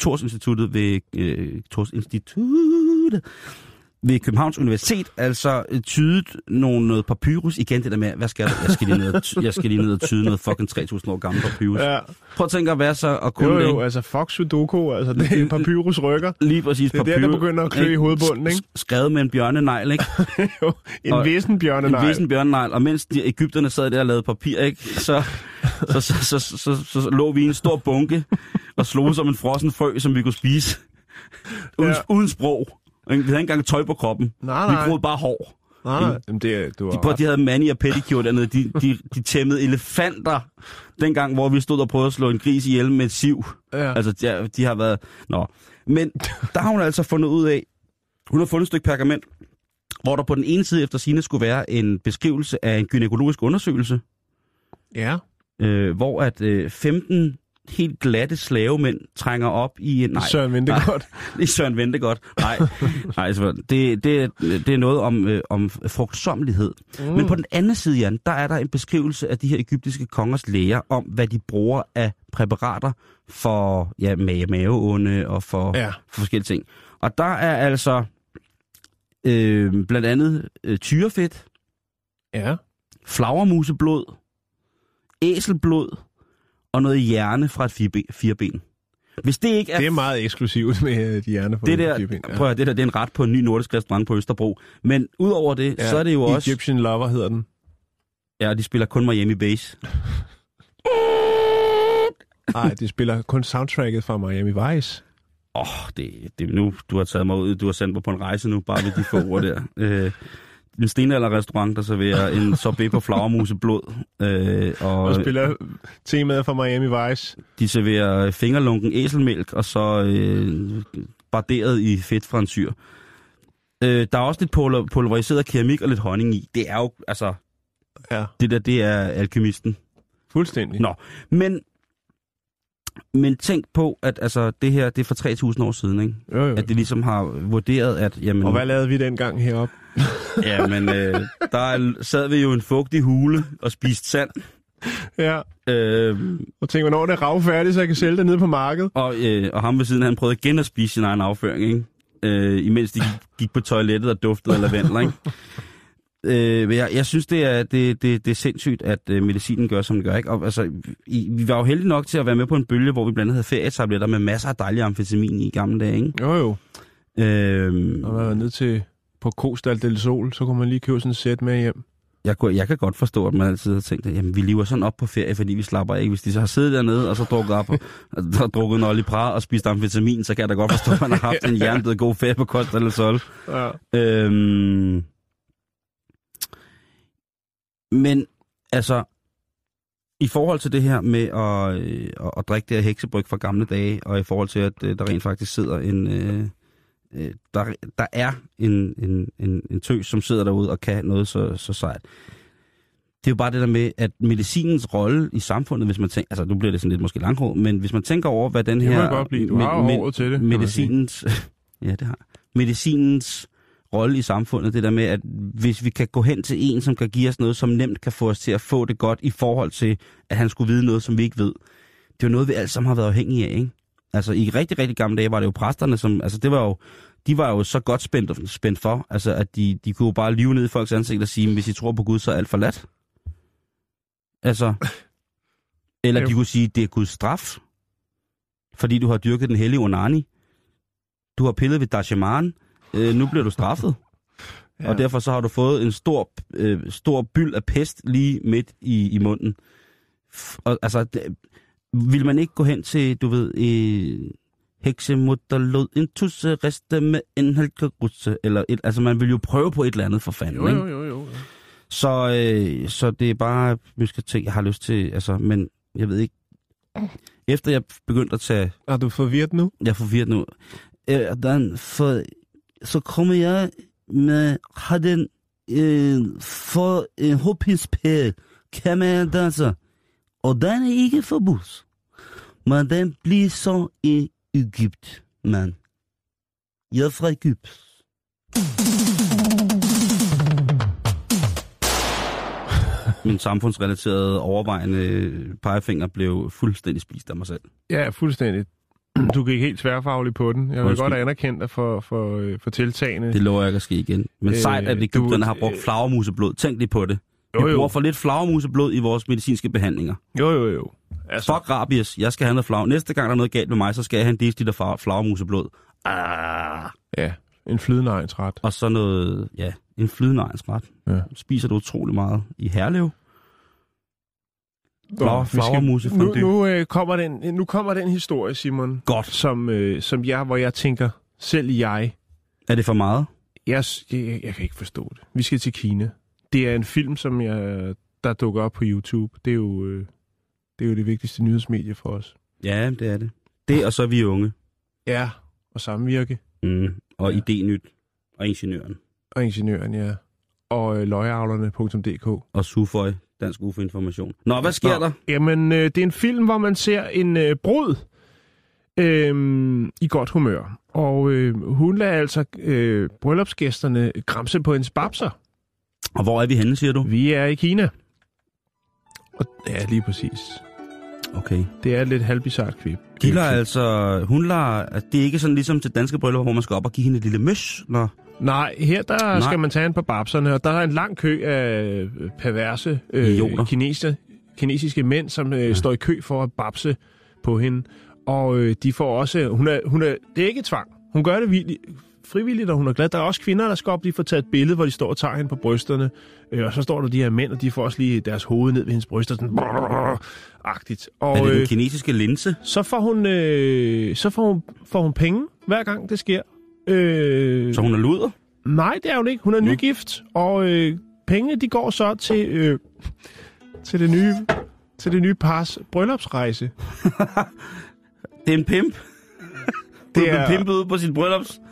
ved Københavns Universitet, altså tydet noget papyrus. Igen det der med, hvad skal jeg? Jeg skal lige ned og tyde noget fucking 3.000 år gammel papyrus. Ja. Prøv at tænke at være så og kunne det. Altså fuck sudoku, altså det er en papyrus rykker. Lige præcis. Det er der begynder at klø i hovedbunden, ikke? Skrevet med en bjørnenegl, ikke? Jo, en væsen bjørnenegl. En væsen bjørnenegl, og mens de egypterne sad der og lavede papir, ikke? Så lå vi i en stor bunke og slog som en frossen frø, som vi kunne spise. Uden sprog. Vi havde ikke engang tøj på kroppen. Nej. Vi groede bare hår. Nej. De havde mani og pedicure dernede. De tæmmede elefanter dengang, hvor vi stod og prøvede at slå en gris ihjel med et siv. Ja. Altså, de har været... Nå. Men der har hun altså fundet ud af... Hun har fundet et stykke pergament, hvor der på den ene side efter sigende skulle være en beskrivelse af en gynækologisk undersøgelse. Ja. Hvor at 15... helt glatte slavemænd trænger op i... Nej, Søren Ventegodt. Nej, Søren Ventegodt. Nej, det er noget om frugtsommelighed. Men på den anden side, Jan, der er der en beskrivelse af de her egyptiske kongers læger om, hvad de bruger af præparater for maveonde og for forskellige ting. Og der er altså blandt andet tyrefedt, flagermuseblod, æselblod, og noget hjerne fra et fireben. Hvis det ikke er... Det er meget eksklusivt med de hjerne fra et fireben. Prøv at det er en ret på en ny nordisk restaurant på Østerbro. Men udover det, så er det jo også... Egyptian Lover hedder den. Ja, de spiller kun Miami Bass. Nej, de spiller kun soundtracket fra Miami Vice. Det nu, du har taget mig ud, du har sendt mig på en rejse nu, bare ved de få ord der. En stenalderrestaurant, der serverer en sorbet på flagermuseblod. Og spiller temaet fra Miami Vice. De serverer fingerlunken æselmælk, og så barderet i fedt fra en syr. Der er også lidt pulveriseret keramik og lidt honning i. Det er jo, altså... Ja. Det er alkymisten. Fuldstændig. Nå, men tænk på, at altså, det her, det er for 3.000 år siden, ikke? Jo. At det ligesom har vurderet, at... Jamen, og hvad lavede vi dengang heroppe? Jamen, sad vi jo en fugtig hule og spiste sand. Ja. Og tænkte, hvornår det er ravfærdigt, så jeg kan sælge det nede på markedet. Og ham ved siden, han prøvede igen at spise sin egen afføring, ikke? Imens de gik på toilettet og duftede af lavendel, ikke? Jeg synes, det er sindssygt, at medicinen gør, som den gør, ikke? Og, altså, vi var jo heldige nok til at være med på en bølge, hvor vi blandt andet havde ferietabletter med masser af dejlig amfetamin i gamle dage, ikke? Jo. Og man var ned til på Costa del Sol, så kunne man lige købe sådan et sæt med hjem. Jeg kan godt forstå, at man altid har tænkt, jamen vi lever sådan op på ferie, fordi vi slapper ikke. Hvis de så har siddet dernede, og så drukket en Olli Pra og spist amfetamin, så kan jeg da godt forstå, at man har haft en hjernedød god ferie på Costa del Sol. Ja. Men altså, i forhold til det her med at drikke det her heksebryg fra gamle dage, og i forhold til, at der rent faktisk sidder der er en tøs, som sidder derude og kan noget så sejt. Det er jo bare det der med, at medicinens rolle i samfundet, hvis man tænker, altså nu bliver det sådan lidt måske langhåret, men hvis man tænker over, hvad den her medicinens, ja det har, medicinens rolle i samfundet, det der med, at hvis vi kan gå hen til en, som kan give os noget, som nemt kan få os til at få det godt, i forhold til, at han skulle vide noget, som vi ikke ved. Det er jo noget, vi alle sammen har været afhængige af, ikke? Altså i rigtig, rigtig gamle dage var det jo præsterne, som, altså de var jo så godt spændt for, altså at de kunne jo bare lyve ned i folks ansigt og sige, hvis I tror på Gud, så er alt forladt. Altså, eller de kunne sige, det er Guds straf, fordi du har dyrket den hellige onani. Du har pillet ved Dashaman, nu bliver du straffet. Ja. Og derfor så har du fået en stor byld af pest lige midt i munden. Og altså, vil man ikke gå hen til, du ved, heksemutter lod en tusse reste med en halvkarusse, eller altså man vil jo prøve på et eller andet for fanden, ikke? Jo. Så det er bare, vi skal tænke, jeg har lyst til, altså, men jeg ved ikke, efter jeg begyndte at tage... Er du forvirret nu? Jeg er forvirret nu. Så kommer jeg med, har den for en hopispæl, kan man danse, og den er ikke forbudt, men den bliver så i Egypt, mand. Jeg er fra Egypt. Min samfundsrelaterede overvejende pegefinger blev fuldstændig spist af mig selv. Ja, fuldstændig. Du gik helt tværfaglig på den. Jeg vil godt anerkende dig for tiltagene. Det lover jeg ikke at ske igen. Men sejt, at Egypterne har brugt flagermuseblod. Tænk lige på det. Vi bruger for lidt flagermuseblod i vores medicinske behandlinger. Jo. Altså. Fuck rabies, jeg skal have noget flager. Næste gang der er noget galt med mig, så skal jeg have en deciliter flagermuseblod. Ja, en flydende egnsret. Og så noget, ja, en flydende egnsret. Ja. Spiser du utrolig meget i Herlev. Flagermuse nu kommer den historie, Simon. Godt. Hvor jeg tænker, selv jeg... Er det for meget? Jeg kan ikke forstå det. Vi skal til Kina. Det er en film, der dukker op på YouTube. Det er jo det vigtigste nyhedsmedie for os. Ja, det er det. Det og så er vi unge. Ja, og Samvirke. Og Idényt. Og Ingeniøren. Ja. Og løgavlerne.dk. Og Suføj, Dansk UFO-information. Nå, hvad sker der? Jamen, det er en film, hvor man ser en brud i godt humør. Og hun lader altså bryllupsgæsterne gramse på hendes babser. Og hvor er vi henne, siger du? Vi er i Kina. Og, ja, lige præcis. Okay. Det er et lidt halvbizart kvip. Det er ikke sådan ligesom til danske bryllupper, hvor man skal op og give hende et lille møs, når... Nej, her skal man tage en på babserne, og der er en lang kø af perverse kinesiske mænd, som står i kø for at babse på hende. Og de får også... det er ikke tvang. Hun gør det frivilligt, og hun er glad. Der er også kvinder, der skal op, de får taget et billede, hvor de står og tager hende på brysterne. Og så står der de her mænd, og de får også lige deres hoved ned ved hendes bryster. Sådan agtigt. Og, er det den kinesiske linse? Så får hun penge, hver gang det sker. Så hun er luder? Nej, det er hun ikke. Hun er nygift, og pengene de går så til det nye pars bryllupsrejse. Det er en pimp. Det er pimpet ud på sit bryllups.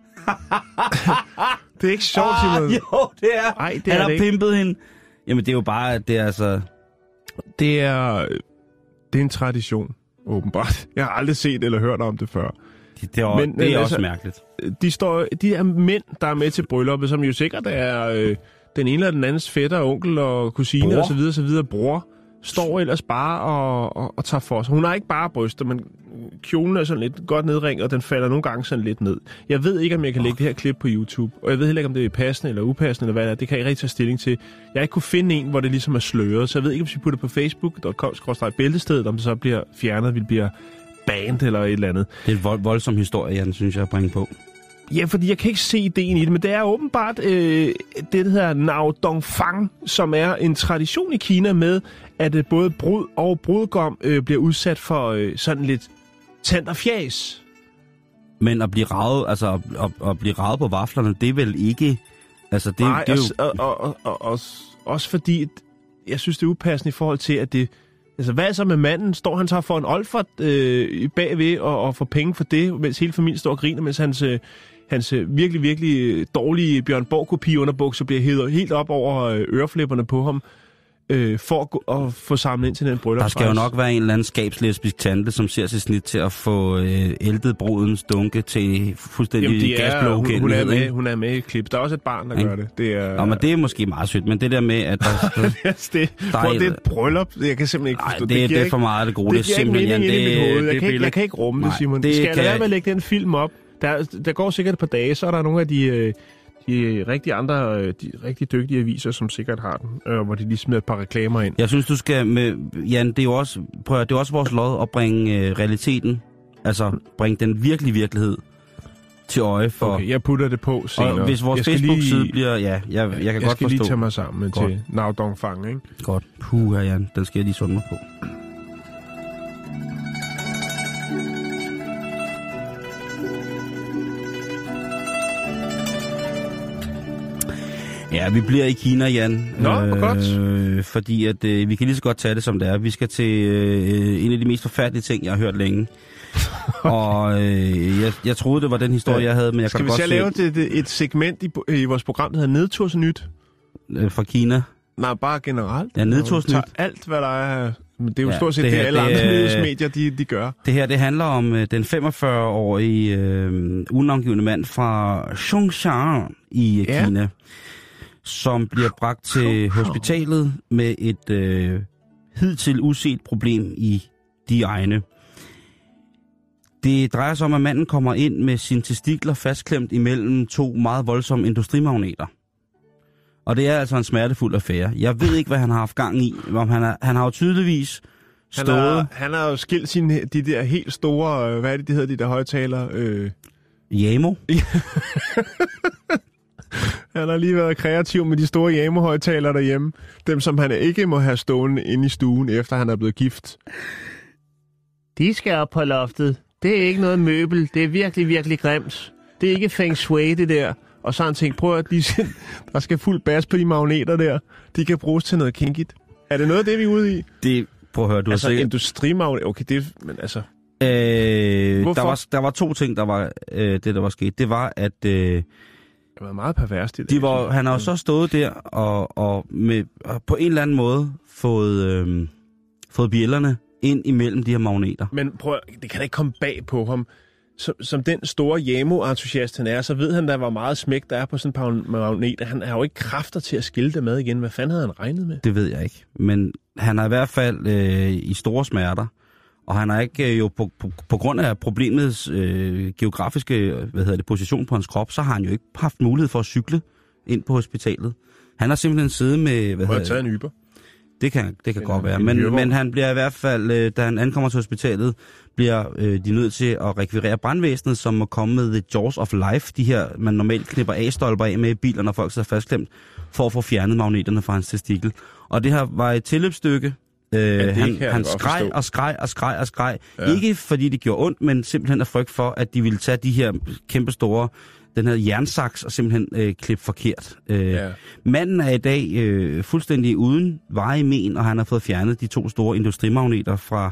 Det er ikke sjovt, Simon. Jo, det er. Ej, han har pimpet hende. Jamen, det er jo bare, det er altså... Det er en tradition, åbenbart. Jeg har aldrig set eller hørt om det før. Det er også mærkeligt. De er mænd, der er med til brylluppet, som jo sikkert er den ene eller den andens fætter, onkel og kusine osv. Bror står ellers bare og tager for sig. Hun har ikke bare bryster, men kjolen er sådan lidt godt nedringet, og den falder nogle gange sådan lidt ned. Jeg ved ikke, om jeg kan lægge det her klip på YouTube, og jeg ved heller ikke, om det er passende eller upassende, eller hvad det er. Det kan jeg ikke rigtig tage stilling til. Jeg har ikke kunne finde en, hvor det ligesom er sløret, så jeg ved ikke, om vi putter på facebook.com/bæltestedet, om det så bliver fjernet, vi bliver band eller et eller andet. Det er en voldsom historie, Jan, synes jeg, at bringe på. Ja, fordi jeg kan ikke se ideen i det, men det er åbenbart det, der hedder Nao Dongfang, som er en tradition i Kina med, at både brud og brudgom bliver udsat for sådan lidt tand og fjas. Men at blive raget, altså at blive raget på vaflerne, det er vel ikke... Altså, det, nej, det er jo... også fordi, jeg synes, det er upassende i forhold til, at det... Altså, hvad så med manden? Står han så for en olfert bagved og får penge for det, mens hele familien står og griner, mens hans virkelig, virkelig dårlige Bjørn Borg-kopi underbukser bliver hævet helt op over øreflipperne på ham, for at få samlet ind til den bryllupsrejse. Der skal jo nok være en eller anden skabslesbisk tante, som ser sig snit til at få ældet brudens dunke til fuldstændig gasblå kendelighed. Hun er med i klip. Der er også et barn, der gør det. Det er... Nå, men det er måske meget sødt, men det der med, at der... det er et bryllup. Jeg kan simpelthen ikke forstå. Det er for meget det gode. Det giver ikke mening ind i mit hoved. Jeg kan ikke rumme det, Simon. Skal jeg lade med at lægge den film op? Der går sikkert et par dage, så er der nogle af de rigtig dygtige aviser, som sikkert har den, hvor de lige smider et par reklamer ind. Jeg synes, du skal med... Jan, det er jo også, det er også vores lod at bringe realiteten, altså bringe den virkelige virkelighed til øje for... Okay, jeg putter det på senere. Og hvis vores Facebook-side bliver... Ja, jeg kan godt forstå... Jeg skal lige tage mig sammen til Nao Dongfang, ikke? Godt. Puh, Jan, den skal jeg lige sunde mig på. Ja, vi bliver i Kina, Jan. Nå, hvor godt. Fordi at, vi kan lige så godt tage det, som det er. Vi skal til en af de mest forfærdelige ting, jeg har hørt længe. Og jeg troede, det var den historie, jeg havde, men jeg kan godt se... Skal vi så lave et segment i vores program, der hedder Nedtursnyt? Fra Kina? Nej, bare generelt. Ja, Nedtursnyt. Alt, hvad der er... Men det er jo stort set det, alle andre nyhedsmedier, de gør. Det her, det handler om den 45-årige unavngivne mand fra Zhongshan i Kina, som bliver bragt til hospitalet med et hidtil uset problem i de egne. Det drejer sig om, at manden kommer ind med sine testikler fastklemt imellem to meget voldsomme industrimagneter. Og det er altså en smertefuld affære. Jeg ved ikke, hvad han har haft gang i. Han har jo tydeligvis stået... Han har jo skilt de der helt store... Hvad er det, de hedder, de der højtalere? Jamo? Han har lige været kreativ med de store Jamo-højtalere derhjemme. Dem, som han ikke må have stående inde i stuen, efter han er blevet gift. De skal op på loftet. Det er ikke noget møbel. Det er virkelig, virkelig grimt. Det er ikke feng shui, det der. Og så har han tænkt, prøv at der skal fuld bas på de magneter der. De kan bruges til noget kinkigt. Er det noget af det, vi er ude i? Prøv at høre, du altså, har sikkert... industrimagneter, okay, det... Men altså... Der var to ting, der var der var sket. Det var, at... det var meget perverst. Han har jo så stået der og med på en eller anden måde fået bjællerne ind imellem de her magneter. Men prøv, det kan da ikke komme bag på ham. Som den store Jamo-entusiast han er, så ved han da, hvor meget smæk der er på sådan et par magneter. Han har jo ikke kræfter til at skille det med igen. Hvad fanden havde han regnet med? Det ved jeg ikke. Men han er i hvert fald i store smerter. Og han har ikke jo på grund af problemets geografiske position på hans krop, så har han jo ikke haft mulighed for at cykle ind på hospitalet. Han har simpelthen siddet med... Må jeg tage en Uber? Det kan godt være. Men han bliver i hvert fald, da han ankommer til hospitalet, bliver de nødt til at rekvirere brandvæsenet, som må komme med The Jaws of Life, de her, man normalt knipper A-stolper af med i biler, når folk sidder fastklemt, for at få fjernet magneterne fra hans testikel. Og det her var et tilløbsstykke. Han skreg. Ja. Ikke fordi det gjorde ondt, men simpelthen af frygt for, at de ville tage de her kæmpe store, den her jernsaks og simpelthen klippe forkert. Manden er i dag fuldstændig uden veje men, og han har fået fjernet de to store industrimagneter fra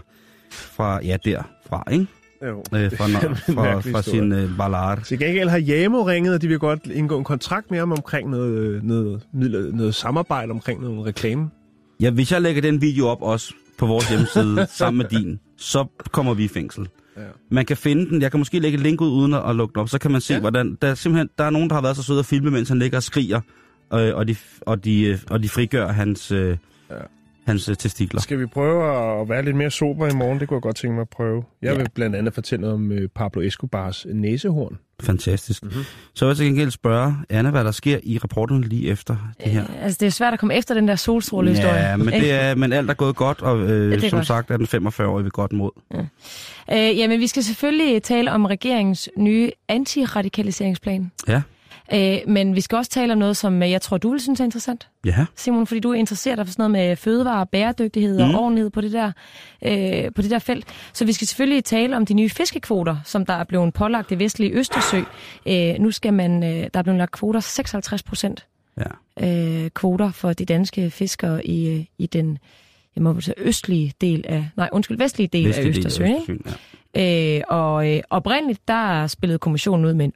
derfra, ikke? Jo, fra sin ballard. Til gengæld har Jamo ringet, og de vil godt indgå en kontrakt med ham omkring noget samarbejde omkring noget reklame. Ja, hvis jeg lægger den video op også på vores hjemmeside sammen med din, så kommer vi i fængsel. Ja. Man kan finde den. Jeg kan måske lægge et link ud uden at lukke den op, så kan man se, hvordan der er nogen, der har været så søde at filme, mens han ligger og skriger, og de frigør hans testikler. Skal vi prøve at være lidt mere sober i morgen? Det kunne jeg godt tænke mig at prøve. Jeg vil blandt andet fortælle om Pablo Escobars næsehorn. Fantastisk. Mm-hmm. Så vil jeg til gengæld spørge Anna, hvad der sker i rapporten lige efter det her. Altså, det er svært at komme efter den der solstrålehistorie. Ja, men alt er gået godt, og som godt. Sagt er den 45-årige ved godt mod. Ja. Jamen, vi skal selvfølgelig tale om regeringens nye antiradikaliseringsplan. Ja. Men vi skal også tale om noget, som jeg tror, du vil synes er interessant. Ja. Simon, fordi du interesserer dig for sådan noget med fødevare, bæredygtighed og ordentlighed på det der felt. Så vi skal selvfølgelig tale om de nye fiskekvoter, som der er blevet pålagt i vestlige Østersø. Nu skal der er blevet lagt kvoter 56% kvoter for de danske fiskere i den vestlige del af Østersøen. Og oprindeligt, der spillede kommissionen ud med en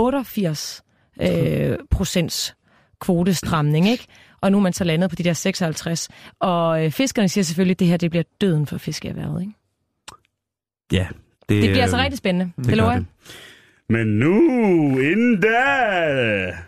88% kvotestramning, ikke? Og nu er man så landet på de der 56. Og fiskerne siger selvfølgelig, at det her det bliver døden for fiskeerhvervet, ikke? Ja. Det bliver altså rigtig spændende. Det lover jeg. Men nu, inden da...